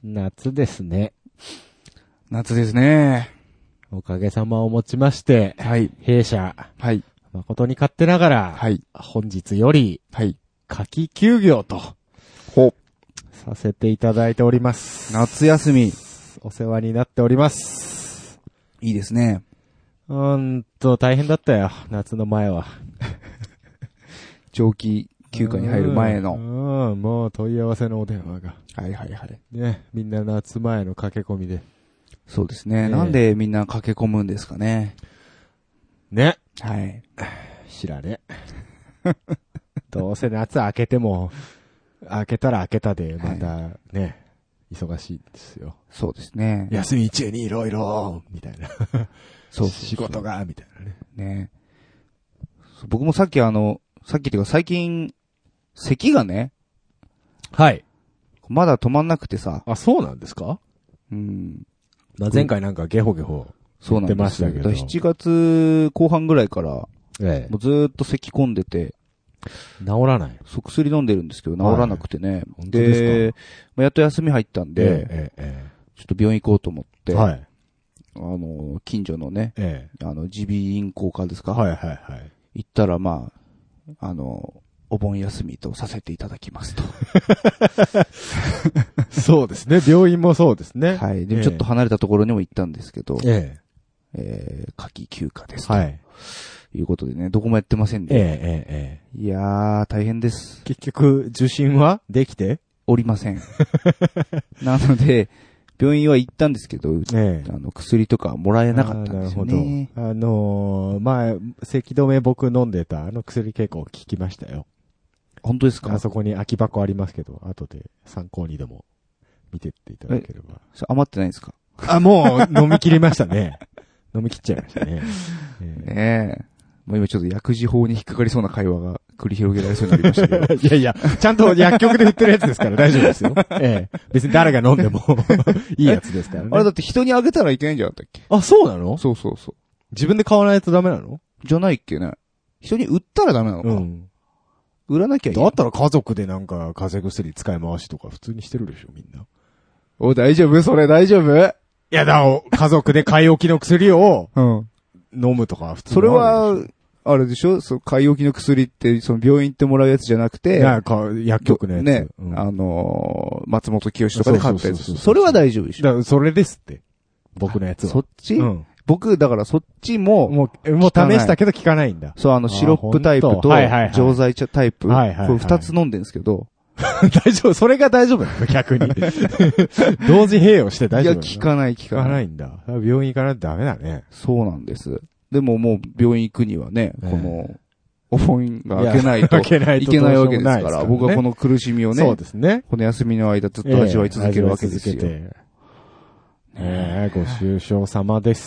夏ですね。 夏ですね。 おかげさまをもちまして、 はい。 弊社、 はい。 誠に勝手ながら、 はい。 本日より、 はい。 夏季休業と、させていただいております。 夏休み。 お世話になっております。 いいですね。 大変だったよ、夏の前は。 長期休暇に入る前の。 もう問い合わせのお電話が。 はいはいはい。 ね、みんな夏前の駆け込みで。 そうですね。なんでみんな駆け込むんですかね。 ね。 はい。 知らね。どうせ夏明けても、明けたら明けたで、またね、忙しいんですよ。 そうですね。 休み中にいろいろ、みたいな。 そう。 仕事が、みたいなね。 ね。僕もさっきっていうか最近、咳がね。 はい。 まだ止まんなくてさ。 あ、そうなんですか？ うん。 前回なんかゲホゲホ言ってましたけど。 7月後半ぐらいから、もうずーっと咳込んでて。 治らない。 そう、薬飲んでるんですけど、治らなくてね。 本当ですか？ やっと休み入ったんで、ちょっと病院行こうと思って、 はい。 近所のね、耳鼻咽喉科ですか？ はいはいはい。 行ったら、まあ、お盆休みとさせていただきますと。 そうですね。病院もそうですね。 はい。で、ちょっと離れたところにも行ったんですけど、夏季休暇ですと。 はい。 いうことでね、どこもやってませんね。いやー、大変です。 結局、受診はできておりません。なので、病院は行ったんですけど、薬とかもらえなかったんですよね。 なるほど。咳止め僕飲んでた薬結構効きましたよ。 本当ですか？ あそこに空き箱ありますけど、後で参考にでも見てっていただければ。 余ってないですか？ もう飲み切りましたね。飲み切っちゃいましたね。 ねえ。今ちょっと薬事法に引っかかりそうな会話が繰り広げられそうになりましたけど。 いやいや、ちゃんと薬局で売ってるやつですから大丈夫ですよ。別に誰が飲んでもいいやつですからね。 あれだって人にあげたらいけないんじゃなかったっけ？ あ、そうなの？ そう。 自分で買わないとダメなの？ じゃないっけね。人に売ったらダメなのか。売らなきゃいい。 だったら家族でなんか風邪薬使い回しとか普通にしてるでしょ、みんな。 大丈夫？それ大丈夫？ いや家族で買い置きの薬を、飲むとか普通に。 それは、あれでしょ？買い置きの薬って、病院行ってもらうやつじゃなくて、 薬局のやつ。 ね、松本清とかで買ったやつ。それは大丈夫でしょ？ だからそれですって。僕のやつは。 そっち？僕、だからそっちもう試したけど効かないんだ。 そう、シロップタイプと、錠剤タイプ。これ2つ飲んでるんですけど。 大丈夫？それが大丈夫なの？逆に。同時併用して大丈夫なの？ いや、効かないんだ。病院行かないとダメだね。 そうなんです。でももう病院行くにはね、この、お盆が明けないといけないわけですから、僕はこの苦しみをね、 そうですね。 この休みの間ずっと味わい続けるわけですよ。 ご愁傷様です。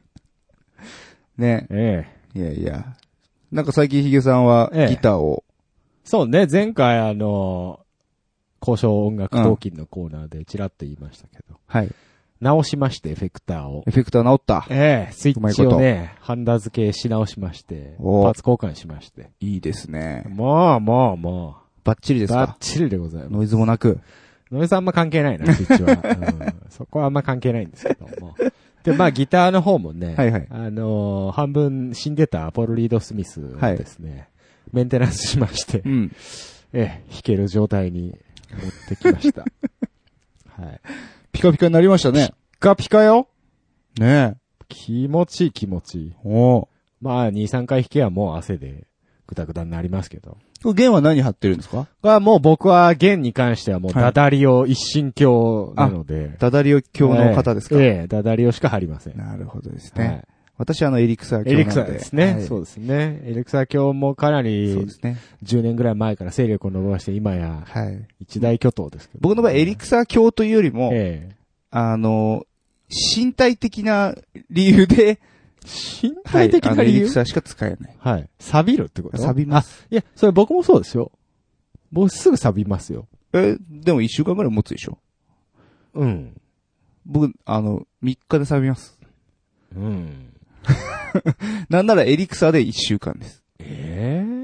ねいや。なんか最近ヒゲさんはギターを。 そうね、前回交渉音楽トーキンのコーナーでチラッと言いましたけど。 はい。 直しまして、エフェクターを。 エフェクター直った。 スイッチをね、ハンダ付けし直しまして、パーツ交換しまして。 いいですね。 もう。 バッチリですか？ バッチリでございます。 ノイズもなく。 ノイズあんま関係ないな、スイッチは。そこはあんま関係ないんですけども。で、ギターの方もね、半分死んでたポール・リード・スミスをですね、メンテナンスしまして、弾ける状態に持ってきました。はい。 ピカピカになりましたね。 ピカピカよ。 ねえ。 気持ちいい。2、3回弾けばもう汗でグタグタになりますけど。 弦は何張ってるんですか？ もう僕は弦に関してはもうダダリオ一神教なので。 ダダリオ教の方ですか？ ダダリオしか張りません。 なるほどですね。私エリクサー教なので。 エリクサーですね。そうですね。エリクサー教もかなり、10年ぐらい前から勢力を伸ばして今や、一大巨頭ですけど。 僕の場合エリクサー教というよりも、身体的な理由で、 身体的な理由？ エリクサーしか使えない。 はい。錆びるってこと？ 錆びます。 いや、それ僕もそうですよ。僕すぐ錆びますよ。 でも1週間ぐらい持つでしょ？僕、3日で錆びます。なんならエリクサーで1週間です。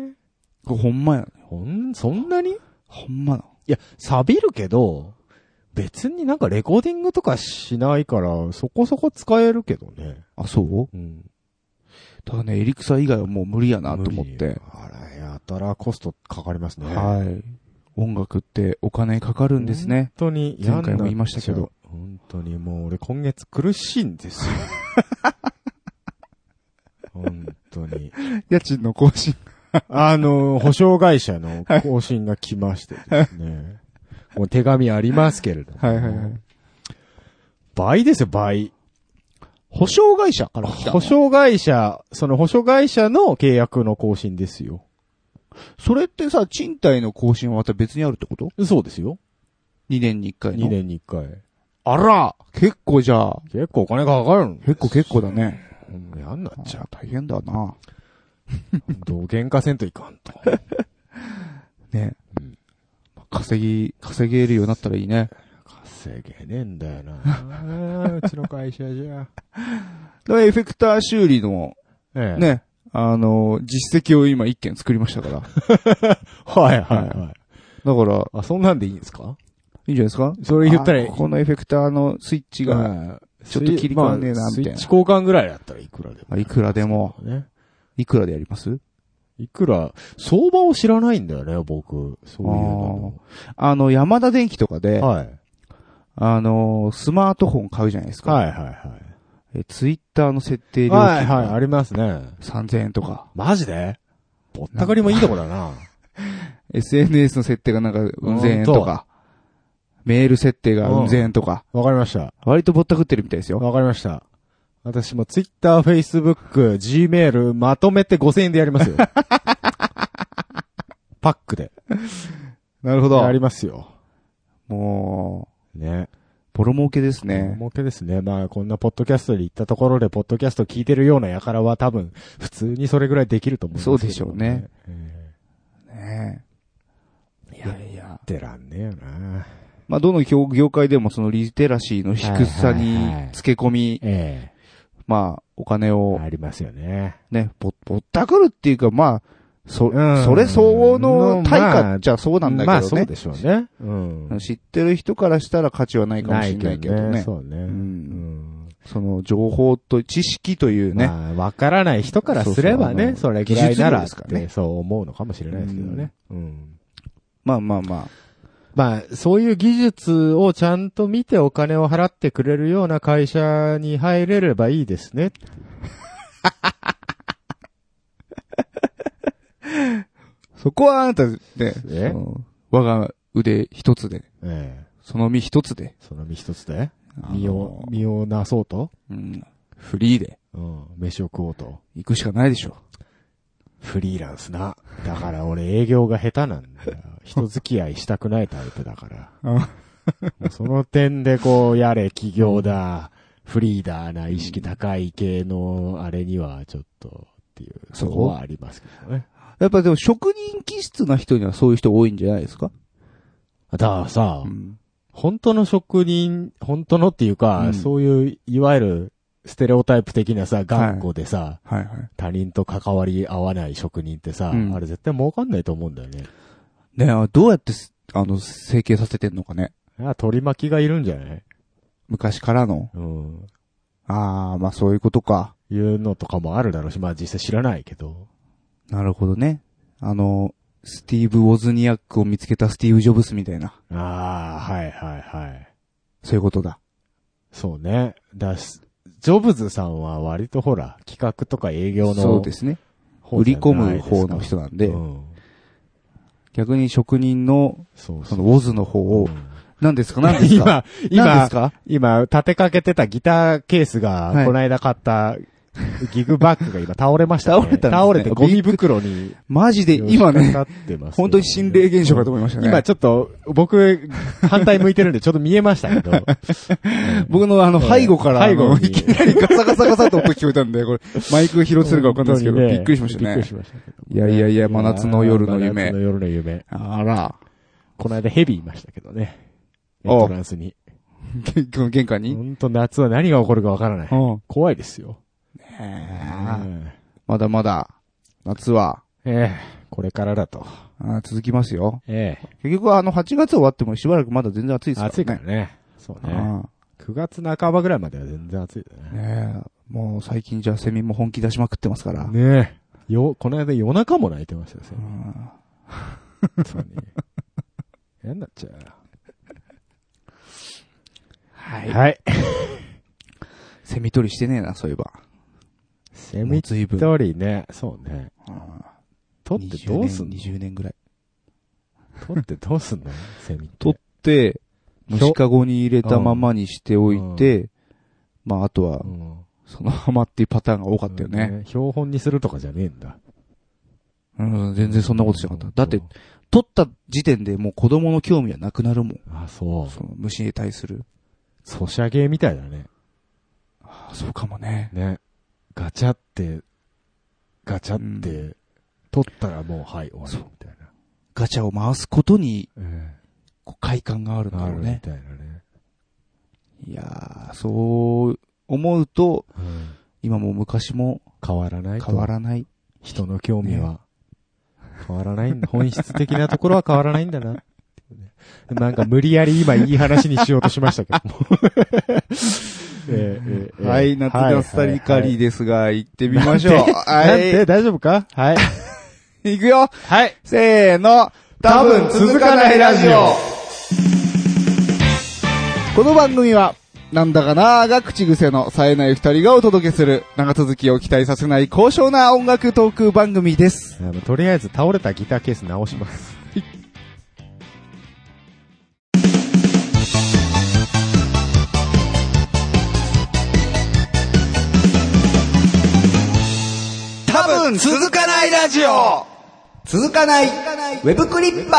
これほんまやね。 そんなに？ ほんまな。 いや、錆びるけど、 別になんかレコーディングとかしないから、そこそこ使えるけどね。 あ、そう？うん。ただね、エリクサ以外はもう無理やなと思って。 あら、やたらコストかかりますね。 はい。音楽ってお金かかるんですね。 本当に、 前回も言いましたけど。 本当にもう俺今月苦しいんですよ。本当に。 家賃の更新。 保証会社の更新が来ましてですね。もう手紙ありますけれども。 はいはいはい。 倍ですよ、倍。 保証会社から来たの？ 保証会社、その保証会社の契約の更新ですよ。 それってさ、賃貸の更新はまた別にあるってこと？ そうですよ。 2年に1回の。 2年に1回。 あら結構じゃあ。 結構お金がかかるんです。 結構だね。 やんなっちゃう。 大変だな。 喧嘩せんといかんと。 ね、うん。稼げるようになったらいいね。 稼げねえんだよな。うちの会社じゃ。 だからエフェクター修理の、ね、実績を今1件作りましたから。 はいはいはい。 だから、 あ、そんなんでいいんですか？ いいんじゃないですか？ それ言ったらこのエフェクターのスイッチが、ちょっと切り替わんねえな、みたいな。 スイッチ交換ぐらいだったらいくらでも。 いくらでも。ね。いくらでやります？ いくら、相場を知らないんだよね、僕。そういうの。ヤマダ電機とかで、 はい。 スマートフォン買うじゃないですか。 はいはいはい。 ツイッターの設定料金。はいはい、ありますね。 3000円とか。 マジで？ぼったくりもいいとこだな。 SNS の設定がなんか、うん千円とか。メール設定がうん千円とか。 わかりました。 割とぼったくってるみたいですよ。 わかりました。私もツイッター、フェイスブック、Gmail まとめて5000円でやりますよ。パックで。 なるほど。 やりますよ。 もう、ね。 ボロ儲けですね。 ボロ儲けですね。まあこんなポッドキャストで行ったところで、ポッドキャスト聞いてるような輩は多分、普通にそれぐらいできると思うんですけど、 そうでしょうね。 ねえ。いやいや。ってらんねえよな。 まあどの業界でもそのリテラシーの低さにつけ込み、まあ、お金を。 ありますよね。 ね、ぼったくるっていうか、まあ、それ相応の対価っちゃそうなんだけどね。まあそうでしょうね。 知ってる人からしたら価値はないかもしれないけどね。 そうね。 その情報と知識というね。 まあ、わからない人からすればね、それぐらいならってそう思うのかもしれないですけどね。 まあまあまあ。 まあ、そういう技術をちゃんと見てお金を払ってくれるような会社に入れればいいですね。 そこはあなたね、我が腕一つで、その身一つで、身をなそうと、 フリーで、 飯を食おうと、 行くしかないでしょ。 フリーランスな。だから俺営業が下手なんだよ。人付き合いしたくないタイプだから。その点でこう、やれ企業だ、フリーダーな意識高い系のあれにはちょっとっていう、そこはありますけどね。 やっぱでも職人気質な人にはそういう人多いんじゃないですか？ だからさ、本当の職人、本当のっていうか、そういう、いわゆる、ステレオタイプ的なさ、頑固でさ、他人と関わり合わない職人ってさ、あれ絶対儲かんないと思うんだよね。 ねえ、どうやって、成形させてんのかね。 取り巻きがいるんじゃない？ 昔からの。ああ、まあそういうことか。 いうのとかもあるだろうし、まあ実際知らないけど。 なるほどね。スティーブ・ウォズニアックを見つけたスティーブ・ジョブスみたいな。 ああ、はいはいはい。 そういうことだ。 そうね。ジョブズさんは割とほら、企画とか営業の。 そうですね。売り込む方の人なんで、逆に職人の、そのウォズの方を、何ですか今、立てかけてたギターケースが、この間買ったギグバッグが今倒れましたね。倒れてゴミ袋に。 マジで今ね、本当に心霊現象かと思いましたね。 今ちょっと、僕、反対向いてるんでちょっと見えましたけど。 僕の背後から、いきなりガサガサガサと音聞こえたんで、これ、マイク拾ってるかわかんないですけど、びっくりしましたね。びっくりしましたけど。いやいや、真夏の夜の夢。 真夏の夜の夢。 あら。 この間ヘビいましたけどね。エントランスに。 玄関に？ ほんと夏は何が起こるかわからない。怖いですよ。 まだまだ、夏は、 これからだと。 続きますよ。結局8月終わってもしばらくまだ全然暑いですからね。 暑いからね。そうね。9月半ばぐらいまでは全然暑いだね。もう最近じゃセミも本気出しまくってますから。 ねえ。この間夜中も泣いてましたよ、セミ。本当に。嫌になっちゃう。 はい。 はい。 セミ取りしてねえな、そういえば。 セミ取りね、そうね。取ってどうすんの ?20 年ぐらい。 取ってどうすんのセミって。 取って、虫かごに入れたままにしておいて、まああとは、そのままっていうパターンが多かったよね。 標本にするとかじゃねえんだ。 全然そんなことしなかった。だって、取った時点でもう子供の興味はなくなるもん。 そう。 その虫に対する。 ソシャゲみたいだね。 そうかもね。 ね。ガチャって、取ったらもうはい終わるみたいな。 ガチャを回すことに、快感があるんだろうね。 みたいなね。 いやー、そう思うと、今も昔も変わらない。人の興味は変わらないんだ。本質的なところは変わらないんだな。なんか無理やり今いい話にしようとしましたけども。 はい、夏のスタリカリーですが、行ってみましょう。 なんで大丈夫かはい。 行くよはい。 せーの。多分続かないラジオ。この番組は、なんだかなーが口癖の冴えない二人がお届けする、長続きを期待させない高尚な音楽トーク番組です。 とりあえず倒れたギターケース直します。 多分続かないラジオ。続かないウェブクリッパ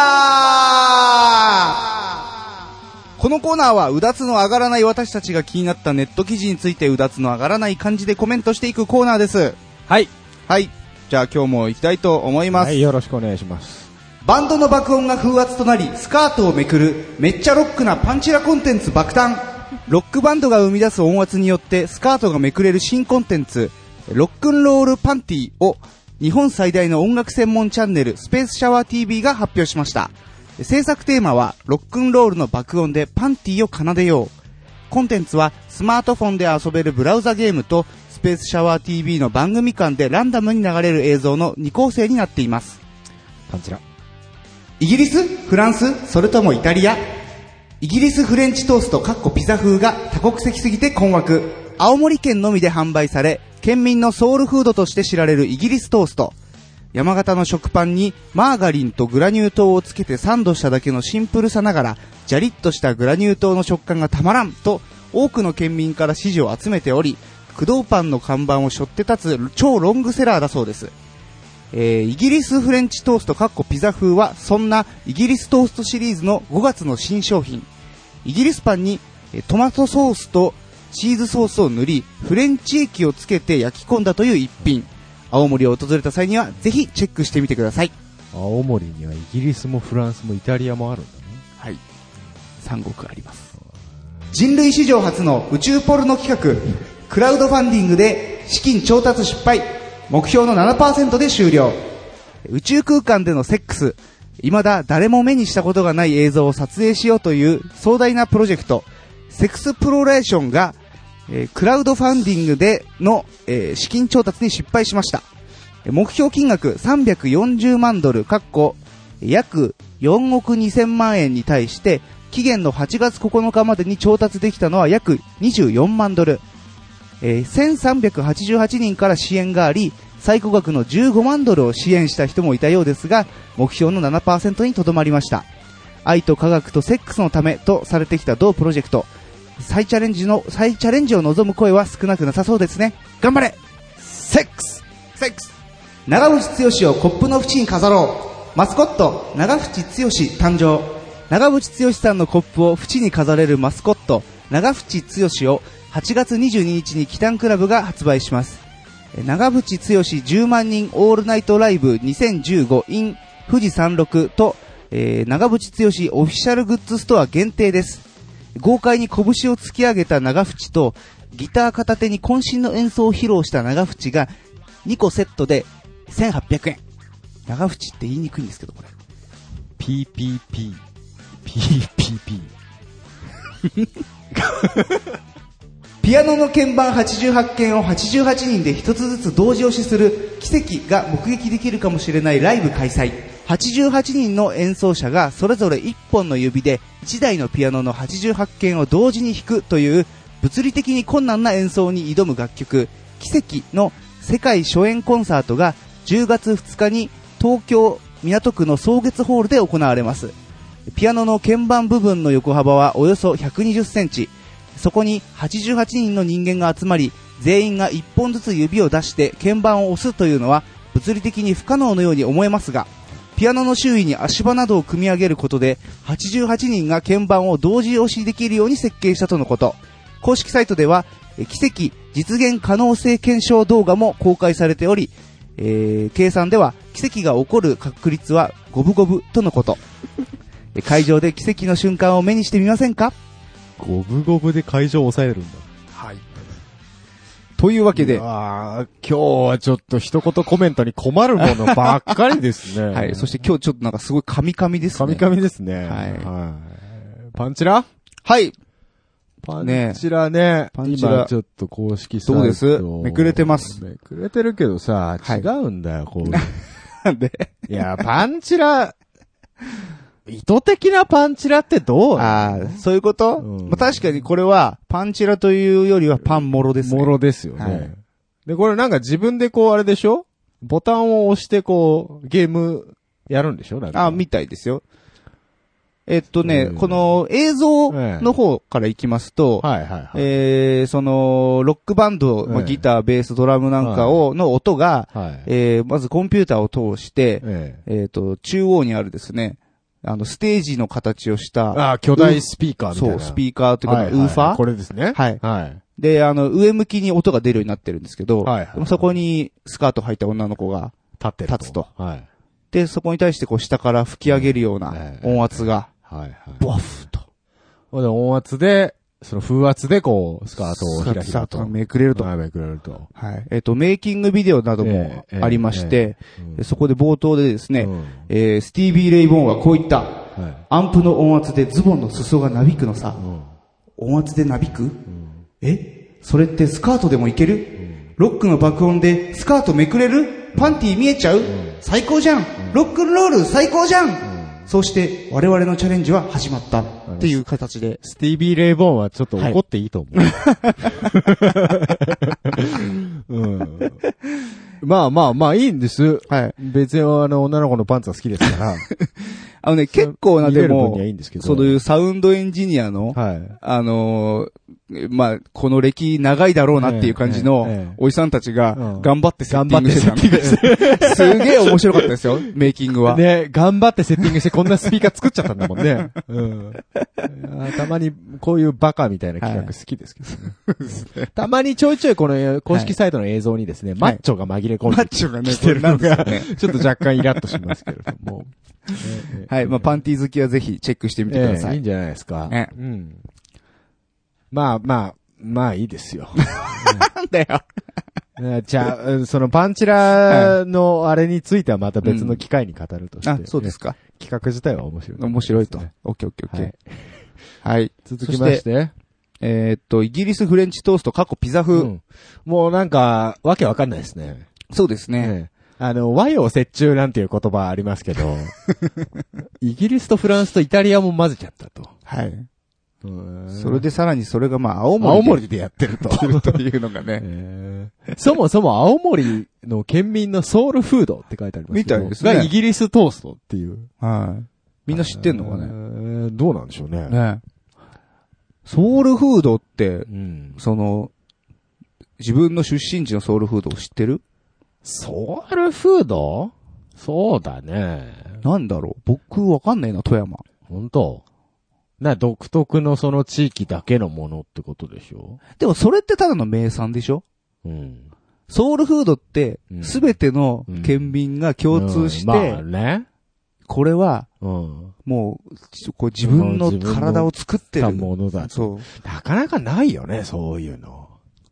ー。このコーナーはうだつの上がらない私たちが気になったネット記事についてうだつの上がらない感じでコメントしていくコーナーです。 はい。 はい。じゃあ今日も行きたいと思います。 はい、よろしくお願いします。 バンドの爆音が風圧となりスカートをめくるめっちゃロックなパンチラコンテンツ爆誕。ロックバンドが生み出す音圧によってスカートがめくれる新コンテンツロックンロールパンティを日本最大の音楽専門チャンネルスペースシャワー TV が発表しました。制作テーマはロックンロールの爆音でパンティを奏でよう。コンテンツはスマートフォンで遊べるブラウザゲームとスペースシャワー TV の番組間でランダムに流れる映像の2構成になっています。 パンチラ。 イギリス、フランス、それともイタリア。イギリスフレンチトーストピザ風が多国籍すぎて困惑。青森県のみで販売され県民のソウルフードとして知られるイギリストースト。山形の食パンにマーガリンとグラニュー糖をつけてサンドしただけのシンプルさながらジャリッとしたグラニュー糖の食感がたまらんと多くの県民から支持を集めており、駆動パンの看板を背負って立つ超ロングセラーだそうです。イギリスフレンチトーストピザ風はそんなイギリストーストシリーズの5月の新商品。イギリスパンにトマトソースとチーズソースを塗りフレンチ液をつけて焼き込んだという一品。青森を訪れた際にはぜひチェックしてみてください。 青森にはイギリスもフランスもイタリアもあるんだね。 はい、3国あります。人類史上初の宇宙ポルノ企画クラウドファンディングで資金調達失敗、目標の 7% で終了。宇宙空間でのセックス、未だ誰も目にしたことがない映像を撮影しようという壮大なプロジェクトセクスプロレーションがクラウドファンディングでの、資金調達に失敗しました。目標金額340万ドル約4億2000万円に対して期限の8月9日までに調達できたのは約24万ドル、1388人から支援があり最高額の15万ドルを支援した人もいたようですが目標の 7% にとどまりました。愛と科学とセックスのためとされてきた同プロジェクト、再チャレンジを望む声は少なくなさそうですね。頑張れセックス長渕剛をコップの縁に飾ろう。マスコット長渕剛誕生。長渕剛さんのコップを縁に飾れるマスコット長渕剛を8月22日にキタンクラブが発売します。長渕剛10万人オールナイトライブ2015 in 富士山麓と、長渕剛オフィシャルグッズストア限定です。豪快に拳を突き上げた長渕とギター片手に渾身の演奏を披露した長渕が2個セットで1800円。 長渕って言いにくいんですけど、これ。 PPP。 ピアノの鍵盤88件を88人で一つずつ同時押しする奇跡が目撃できるかもしれないライブ開催。88人の演奏者がそれぞれ1本の指で1台のピアノの88件を同時に弾くという物理的に困難な演奏に挑む楽曲、奇跡の世界初演コンサートが10月2日に東京港区の草月ホールで行われます。ピアノの鍵盤部分の横幅はおよそ120センチ。そこに88人の人間が集まり、全員が1本ずつ指を出して鍵盤を押すというのは物理的に不可能のように思えますが、ピアノの周囲に足場などを組み上げることで88人が鍵盤を同時押しできるように設計したとのこと。公式サイトでは奇跡実現可能性検証動画も公開されており、計算では奇跡が起こる確率は五分五分とのこと。会場で奇跡の瞬間を目にしてみませんか？ 五分五分で会場を抑えるんだ。 はい。というわけで。 今日はちょっと一言コメントに困るものばっかりですね。 はい。そして今日ちょっとなんかすごいカミカミですね。 カミカミですね。はい。はい、パンチラ？ はい。 パンチラね。パンチラ。今ちょっと公式サイト。 どうです？めくれてます。 めくれてるけどさ、違うんだよ、こう。 なんで？ いや、パンチラ、意図的なパンチラってどう？ そういうこと？まあ、確かにこれはパンチラというよりはパンモロですね。 モロですよね。はい、で、これなんか自分でこうあれでしょ？ボタンを押してこうゲームやるんでしょ？なんかみたいですよ。この映像の方からいきますと、 はいはいはい。 そのロックバンド、ギター、ベース、ドラムなんかの音が、まずコンピューターを通して、中央にあるですね、ステージの形をした。 巨大スピーカーみたいな。 そう、スピーカーというか、ウーファー、 これですね。 はい。はい。で、上向きに音が出るようになってるんですけど、そこにスカート履いた女の子が立つと。はい。で、そこに対してこう下から吹き上げるような音圧が、ボワフと。 音圧で、その風圧でこう、スカートをひらひらと。 めくれると。 めくれると。 はい。メイキングビデオなどもありまして、そこで冒頭でですね、スティービー・レイ・ボーンはこう言った。アンプの音圧でズボンの裾がなびくのさ。音圧でなびく？それってスカートでもいける？ロックの爆音でスカートめくれる？パンティ見えちゃう？最高じゃん！ロックンロール最高じゃん！そうして我々のチャレンジは始まったっていう形で。 スティービー・レイ・ボーンはちょっと怒っていいと思う。まあいいんです。はい。別に女の子のパンツが好きですから。 結構なでも、そういうサウンドエンジニアの、まあ、この歴長いだろうなっていう感じの、おじさんたちが、頑張ってセッティングしてた。すげえ面白かったですよ、メイキングは。 ね、頑張ってセッティングしてこんなスピーカー作っちゃったんだもんね。たまにこういうバカみたいな企画好きですけどね。たまにちょいちょいこの公式サイトの映像にですね、マッチョが紛れ込んできてるのが、ちょっと若干イラッとしますけれども。 はい、まあパンティー好きはぜひチェックしてみてください。 いいんじゃないですか。まあいいですよ。 なんだよ。 じゃあ、そのパンチラのあれについてはまた別の機会に語るとして。 そうですか。 企画自体は面白い。 面白いと。オッケー。はい。 続きまして。 イギリスフレンチトースト過去ピザ風。 もうなんか、わけわかんないですね。 そうですね。 和洋折衷なんていう言葉ありますけど、イギリスとフランスとイタリアも混ぜちゃったと。 はい。それでさらにそれがまあ青森でやってると。 というのがね。 そもそも青森の県民のソウルフードって書いてありますみたいですね。 がイギリストーストっていう。 はい。みんな知ってんのかね。 どうなんでしょうね。 ね。ソウルフードって、その、自分の出身地のソウルフードを知ってる？ ソウルフード？そうだね。 なんだろう？僕わかんないな、富山。 本当？独特のその地域だけのものってことでしょ？ でもそれってただの名産でしょ？ソウルフードって、すべての県民が共通して、 まあね。 これは、もう、こう自分の体を作ってるものだ。 そう。 なかなかないよね、そういうの。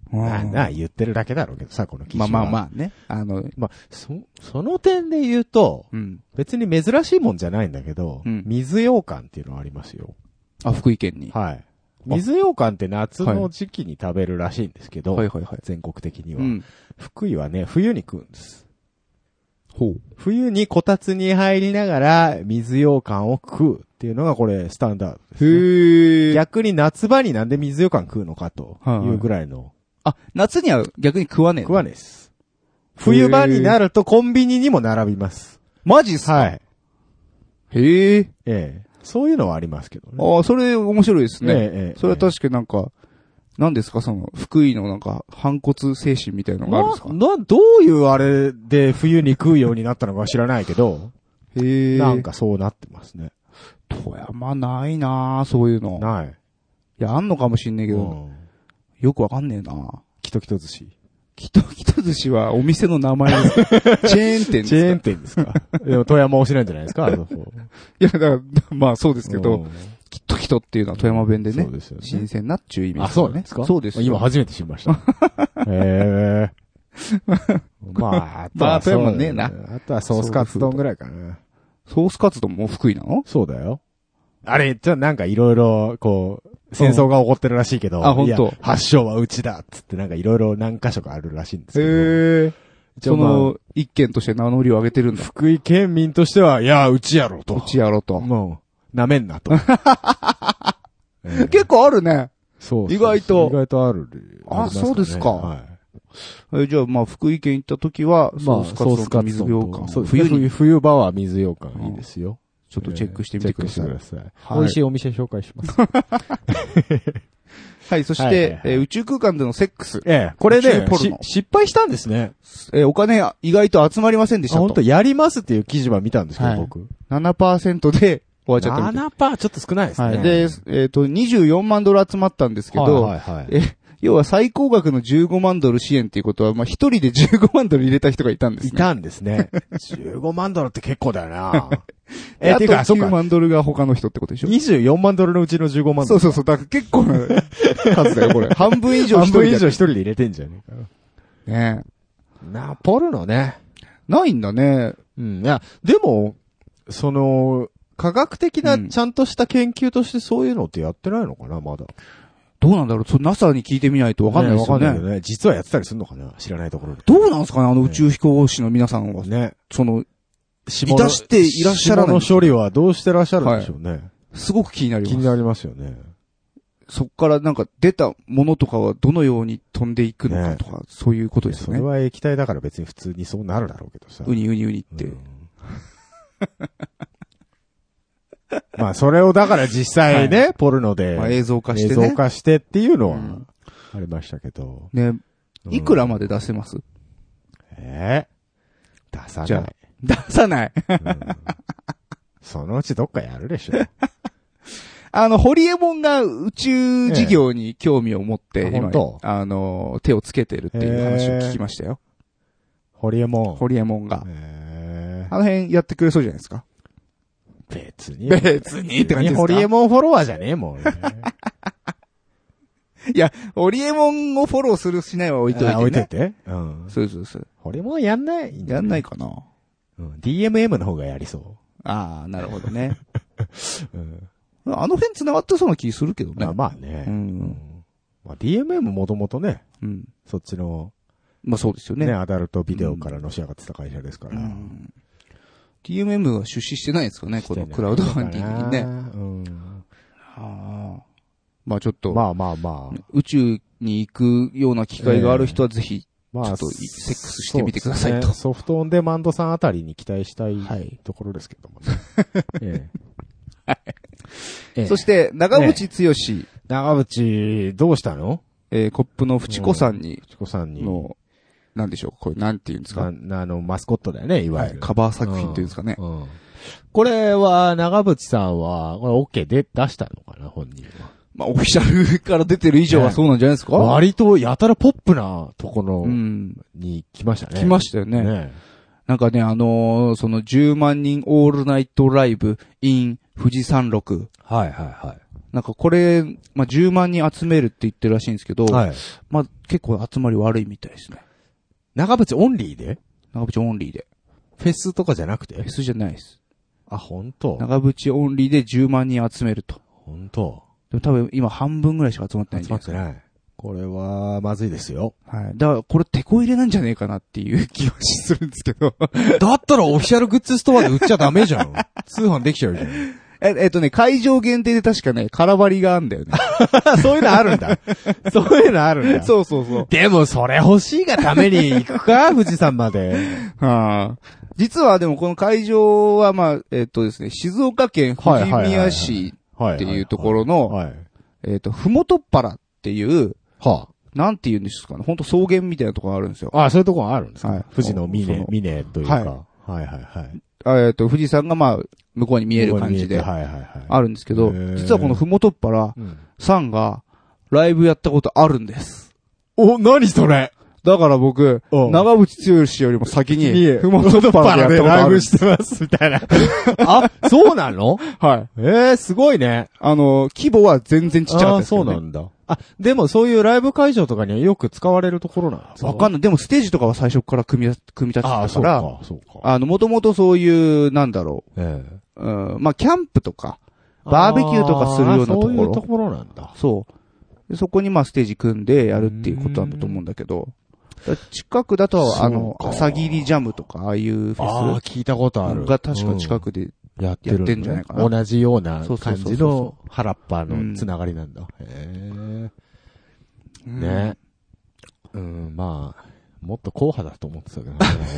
言ってるだけだろうけどさ、この記事は。 まあね。 その点で言うと、別に珍しいもんじゃないんだけど、水羊羹っていうのありますよ。 福井県に。 はい。水羊羹って夏の時期に食べるらしいんですけど、全国的には。福井はね、冬に食うんです。冬にこたつに入りながら水羊羹を食うっていうのがこれスタンダードですね。逆に夏場になんで水羊羹食うのかというぐらいの。 夏には逆に食わねえの？ 食わねえです。冬場になるとコンビニにも並びます。 マジっすか？ はい。 へえ。そういうのはありますけどね。 それ面白いですね。それは確かになんか、何ですか福井のなんか、反骨精神みたいなのがあるんですか？ どういうあれで冬に食うようになったのか知らないけど、なんかそうなってますね。 富山ないなぁ、そういうの。 ない。 いや、あんのかもしんねえけど、よくわかんねえなぁ。 キトキト寿司。 キトキト寿司はお店の名前です。チェーン店ですか？ チェーン店ですか？でも富山推しなんじゃないですか？いや、だから、まあそうですけど、キトキトっていうのは富山弁でね、そうですよね、新鮮なっちゅう意味ですね。 そうなんですか？そうです。今初めて知りました。まあ、富山ねえな。あとはソースカツ丼ぐらいかな。 ソースカツ丼も福井なの？ そうだよ。あれ、なんかいろいろ、こう、戦争が起こってるらしいけど、 本当。 発祥はうちだっつってなんかいろいろ何箇所かあるらしいんですけど。 その、一県として名乗りを上げてるんだ。 福井県民としては、いや、うちやろと。 うちやろと。 もう、舐めんなと。 結構あるね。 そう。 意外とある。 そうですか。はい。じゃあ、まあ、福井県行った時は、ソースカツ丼、水羊羹。 冬場は水羊羹いいですよ。 ちょっとチェックしてみてください。 美味しいお店紹介します。 はい、そして、宇宙空間でのセックス。 これね、失敗したんですね。 お金意外と集まりませんでしたと。 本当やりますっていう記事は見たんですけど、僕。 7% で終わっちゃったみたい。 7%ちょっと少ないですね。 はい。で、24万ドル集まったんですけど、要は最高額の15万ドル支援っていうことは、まあ、一人で15万ドル入れた人がいたんですね。 いたんですね。15万ドルって結構だよな。 あと9万ドルが他の人ってことでしょ？ 24 万ドルのうちの15万ドル。 そう。だから結構な数だよ、これ。半分以上一人で入れてんじゃねえか。ねえ。ポルノね。 ないんだね。 うん。いや、でも、科学的なちゃんとした研究としてそういうのってやってないのかな、まだ。 どうなんだろうNASA に聞いてみないとわかんないですよね。 わかんないよね。実はやってたりするのかな、知らないところで。 どうなんですかね、宇宙飛行士の皆さんは。ね。いたしていらっしゃらない。 下の処理はどうしてらっしゃるんでしょうね。 すごく気になります。 気になりますよね。 そっからなんか出たものとかはどのように飛んでいくのかとか、そういうことですよね。 それは液体だから別に普通にそうなるだろうけどさ。 ウニって。 まあ、それをだから実際ね、ポルノで。 映像化してね。映像化してっていうのは、ありましたけど。 ね。いくらまで出せます？ 出さない。 じゃあ、出さない。 そのうちどっかやるでしょ。 ホリエモンが宇宙事業に興味を持って、今、手をつけてるっていう話を聞きましたよ。 ホリエモンが。あの辺やってくれそうじゃないですか。 別にって感じですか？ ホリエモンフォロワーじゃねえもん。 いや、ホリエモンをフォローするしないは置いといてね。 置いといて。うん。 そう。 ホリエモンやんない？ やんないかな。 うん。DMM の方がやりそう。 ああ、なるほどね。あの辺繋がってそうな気するけどね。 まあね。まあ DMM もともとね。そっちの。 まあそうですよね。 アダルトビデオからのし上がってた会社ですから。 DMM は出資してないですかね、このクラウドファンディングにね。まあちょっと。 まあ。 宇宙に行くような機会がある人はぜひ、ちょっとセックスしてみてくださいと。 ソフトオンデマンドさんあたりに期待したいところですけどもね。 そして、長渕剛。 長渕、どうしたの？ コップのフチコさんに。なんでしょう、これなんて言うんですか？ マスコットだよね、いわゆる。 カバー作品っていうんですかね。 これは、長渕さんは、これ OK で出したのかな、本人は。 まあ、オフィシャルから出てる以上はそうなんじゃないですか？ 割と、やたらポップなところに来ましたね。 来ましたよね。なんかね、その10万人オールナイトライブ in 富士山麓。 なんかこれ、まあ、10万人集めるって言ってるらしいんですけど、はい、まあ、結構集まり悪いみたいですね。 長渕オンリーで？ 長渕オンリーで。 フェスとかじゃなくて？ フェスじゃないです。 あ、本当。 長渕オンリーで10万人集めると。 本当。 でも多分今半分ぐらいしか集まってないんじゃないですか。 集まってない。これは、まずいですよ。 はい。だから、これ、テこ入れなんじゃねえかなっていう気はするんですけど。 だったら、オフィシャルグッズストアで売っちゃダメじゃん。通販できちゃうじゃん。 ね、会場限定で確かね、空張りがあるんだよね。 そういうのあるんだ。そういうのあるんだ。 そうそうそう。 でも、それ欲しいがために行くか富士山まで。 はあ。実は、でも、この会場は、まあ、ですね、静岡県富士宮市っていうところの、ふもとっぱらっていう、はあ、なんて言うんですかね。ほんと草原みたいなところがあるんですよ。 ああ、そういうところがあるんですか。はい。富士の峰というか。はい。はいはいはい。 富士山がまあ、向こうに見える感じで。はいはいはい。あるんですけど、実はこのふもとっぱらさんが、ライブやったことあるんです。 お、何それ？ だから僕、長渕剛よりも先に、 ふもとっぱらでライブしてます、みたいな。あ、そうなの？ はい。 すごいね。 規模は全然ちっちゃかったですけどね。 そうなんだ。あ、でもそういうライブ会場とかにはよく使われるところなんですか？ わかんない。でもステージとかは最初から組み立ててたから、 そうか。 もともとそういう、なんだろう。まあ、キャンプとか、バーベキューとかするようなところ。 そういうところなんだ。 そう。でそこにまあステージ組んでやるっていうことなんだと思うんだけど、近くだと、朝霧ジャムとか、ああいうフェス。 ああ、聞いたことある。 が確か近くでやってるんじゃないかな。 同じような感じの原っぱのつながりなんだ。へえ。ね。まあ、もっと硬派だと思ってたけど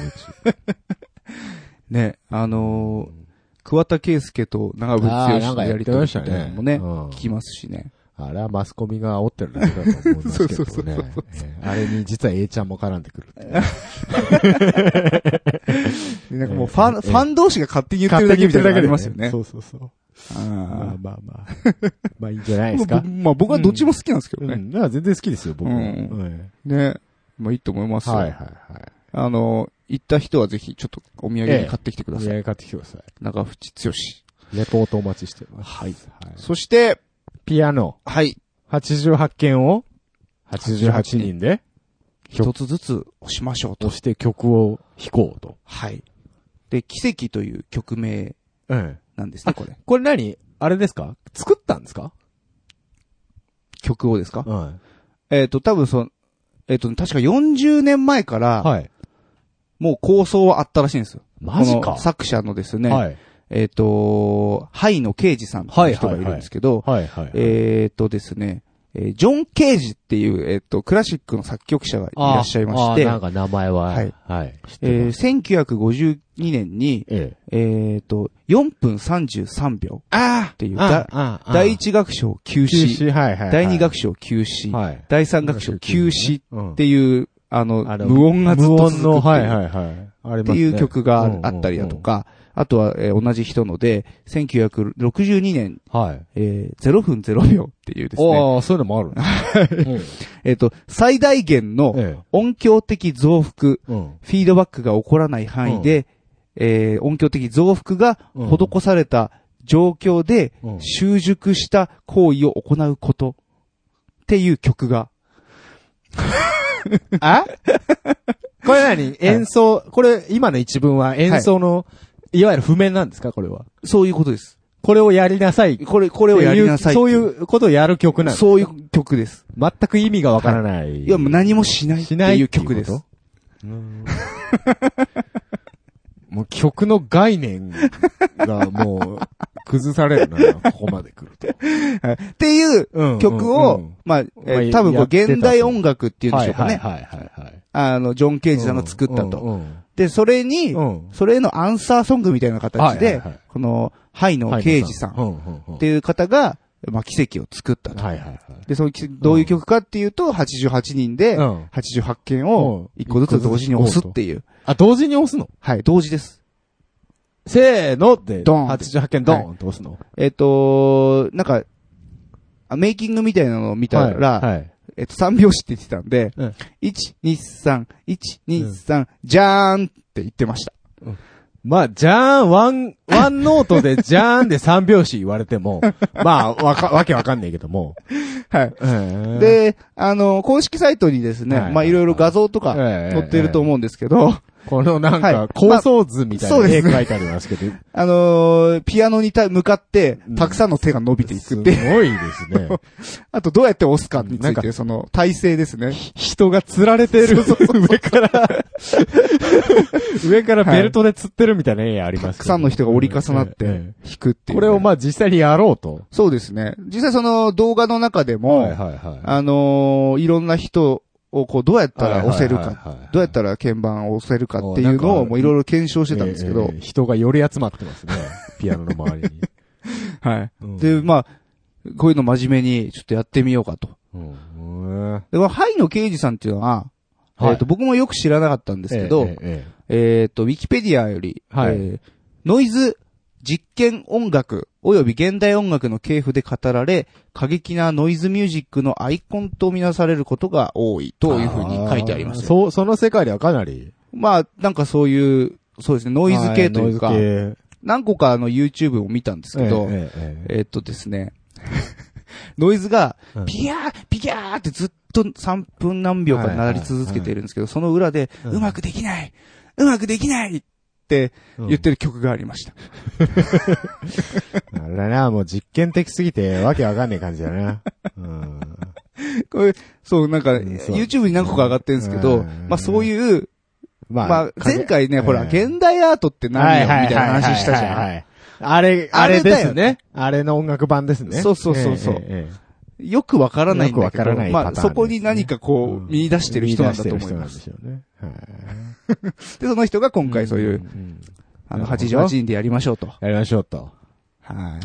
ね。ね、桑田佳祐と長渕剛のやりとりみたいなのもね、聞きますしね。 あれはマスコミが煽ってるだけだと思うんですけどね。あれに実は A ちゃんも絡んでくるって。 なんかもうファン同士が勝手に言ってるだけみたいなのがありますよね。 そうそうそう。まあいいんじゃないですか。 まあ僕はどっちも好きなんですけどね。 全然好きですよ、僕は。ね。 まあいいと思いますよ。 はいはいはい。 行った人はぜひちょっとお土産に買ってきてください。 お土産買ってきてください。 長渕剛。 レポートお待ちしてます。 はい。そして、 ピアノ。 はい。 88件を88人で一つずつ押しましょうと。 押して曲を弾こうと。 はい。で、奇跡という曲名なんですね、これ。 これ何？あれですか？作ったんですか？ 曲をですか？多分確か40年前から、はい。もう構想はあったらしいんですよ。 マジか。 この作者のですね、はい。ハイの刑事さんっていう人がいるんですけど、ですね、ジョン・ケージっていう、クラシックの作曲者がいらっしゃいまして、 なんか名前は、 はい。はい。1952年に、4分33秒っていう、第一楽章休止、第二楽章休止、第三楽章休止っていう、無音がずっと続くっていう曲があったりだとか、あとは、同じ人ので、1962年、はい。0分0秒っていうですね。 ああ、そういうのもある。 最大限の音響的増幅、フィードバックが起こらない範囲で、音響的増幅が施された状況で習熟した行為を行うことっていう曲が。 あこれ何？演奏、これ今の一文は演奏の、いわゆる譜面なんですかこれは。 そういうことです。 これをやりなさい。 これをやりなさい。 そういうことをやる曲なんですか？ そういう曲です。 全く意味がわからない。 いや、もう何もしないっていう曲です。 もう曲の概念がもう崩されるな、ここまで来ると。 っていう曲を、まあ、多分こう現代音楽っていうんでしょうかね。ジョン・ケージさんが作ったと。で、それへのアンサーソングみたいな形で、この、ハイの刑事さんっていう方が、まあ、奇跡を作ったと。で、どういう曲かっていうと、88人で、88件を1個ずつ同時に押すっていう。 あ、同時に押すの？ はい、同時です。 せーのって、ドン !88 件ドンって押すの？ なんか、メイキングみたいなのを見たら、3拍子って言ってたんで、1、2、3、1、2、3、じゃーんって言ってました。 まあ、じゃーん、ワンノートでじゃーんで3拍子言われても、まあ、わけわかんないけども。 はい。で、公式サイトにですね、まあいろいろ画像とか載ってると思うんですけど、 このなんか、構想図みたいな絵書いてありますけど。 ピアノに向かって、たくさんの手が伸びていくって。 すごいですね。 あと、どうやって押すかについて、その、体勢ですね。 人が釣られてる。上からベルトで釣ってるみたいな絵あります、 たくさんの人が折り重なって弾くっていう。 これをまあ実際にやろうと。 そうですね。実際その動画の中でも、いろんな人、をこうどうやったら押せるか、どうやったら鍵盤を押せるかっていうのをもういろいろ検証してたんですけど、 人がより集まってますね。ピアノの周りに。 はい。で、まあ、こういうの真面目にちょっとやってみようかと。で、ハイの刑事さんっていうのは、僕もよく知らなかったんですけど、ウィキペディアより、ノイズ実験音楽及び現代音楽の系譜で語られ、過激なノイズミュージックのアイコンとみなされることが多いというふうに書いてあります。 その世界ではかなり。 まあ、なんかそういう、そうですね、ノイズ系というか、何個かYouTube を見たんですけど、ですね、ノイズが、ピヤー、ピヤーってずっと3分何秒か鳴り続けているんですけど、その裏で、うまくできないって言ってる曲がありました。 あれだな、もう実験的すぎてわけわかんない感じだな。 これ、そう、なんか、YouTube に何個か上がってるんですけど、まあそういう、まあ前回ね、ほら、現代アートって何よみたいな話したじゃん。あれですね。あれの音楽版ですね。そう。よくわからないんだけど、まあそこに何かこう、見出してる人なんだと思います。で、その人が今回そういう、88人でやりましょうと。 やりましょうと。 はい。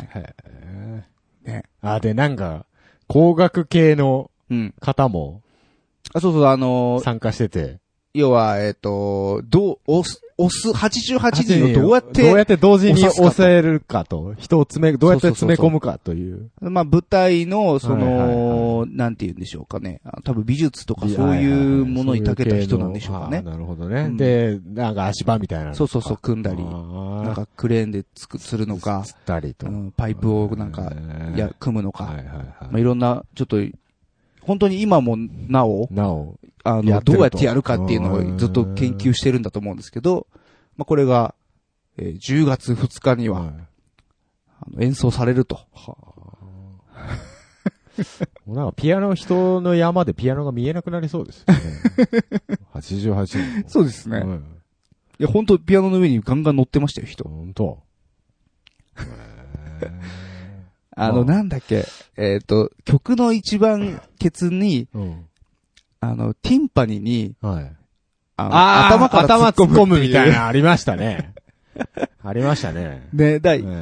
ね。で、なんか、工学系の方も、 そう、 参加してて。 要は、押す88人をどうやって同時に押せるかと。人をどうやって詰め込むかという。 まあ、舞台の、なんて言うんでしょうかね。多分美術とかそういうものに長けた人なんでしょうかね。 なるほどね。で、なんか足場みたいな。 そう、組んだり、なんかクレーンでするのか。 つったりと。 パイプをなんか、組むのか。まあ、いろんな、ちょっと、本当に今もなお、どうやってやるかっていうのをずっと研究してるんだと思うんですけど、まあ、これが、10月2日には、演奏されると。 なんかピアノ、人の山でピアノが見えなくなりそうですよね。88人。 そうですね。いや、本当ピアノの上にガンガン乗ってましたよ、人。 本当。 なんだっけ、曲の一番ケツに、ティンパニに、頭突っ込むみたいなありましたね。ありましたね。 で、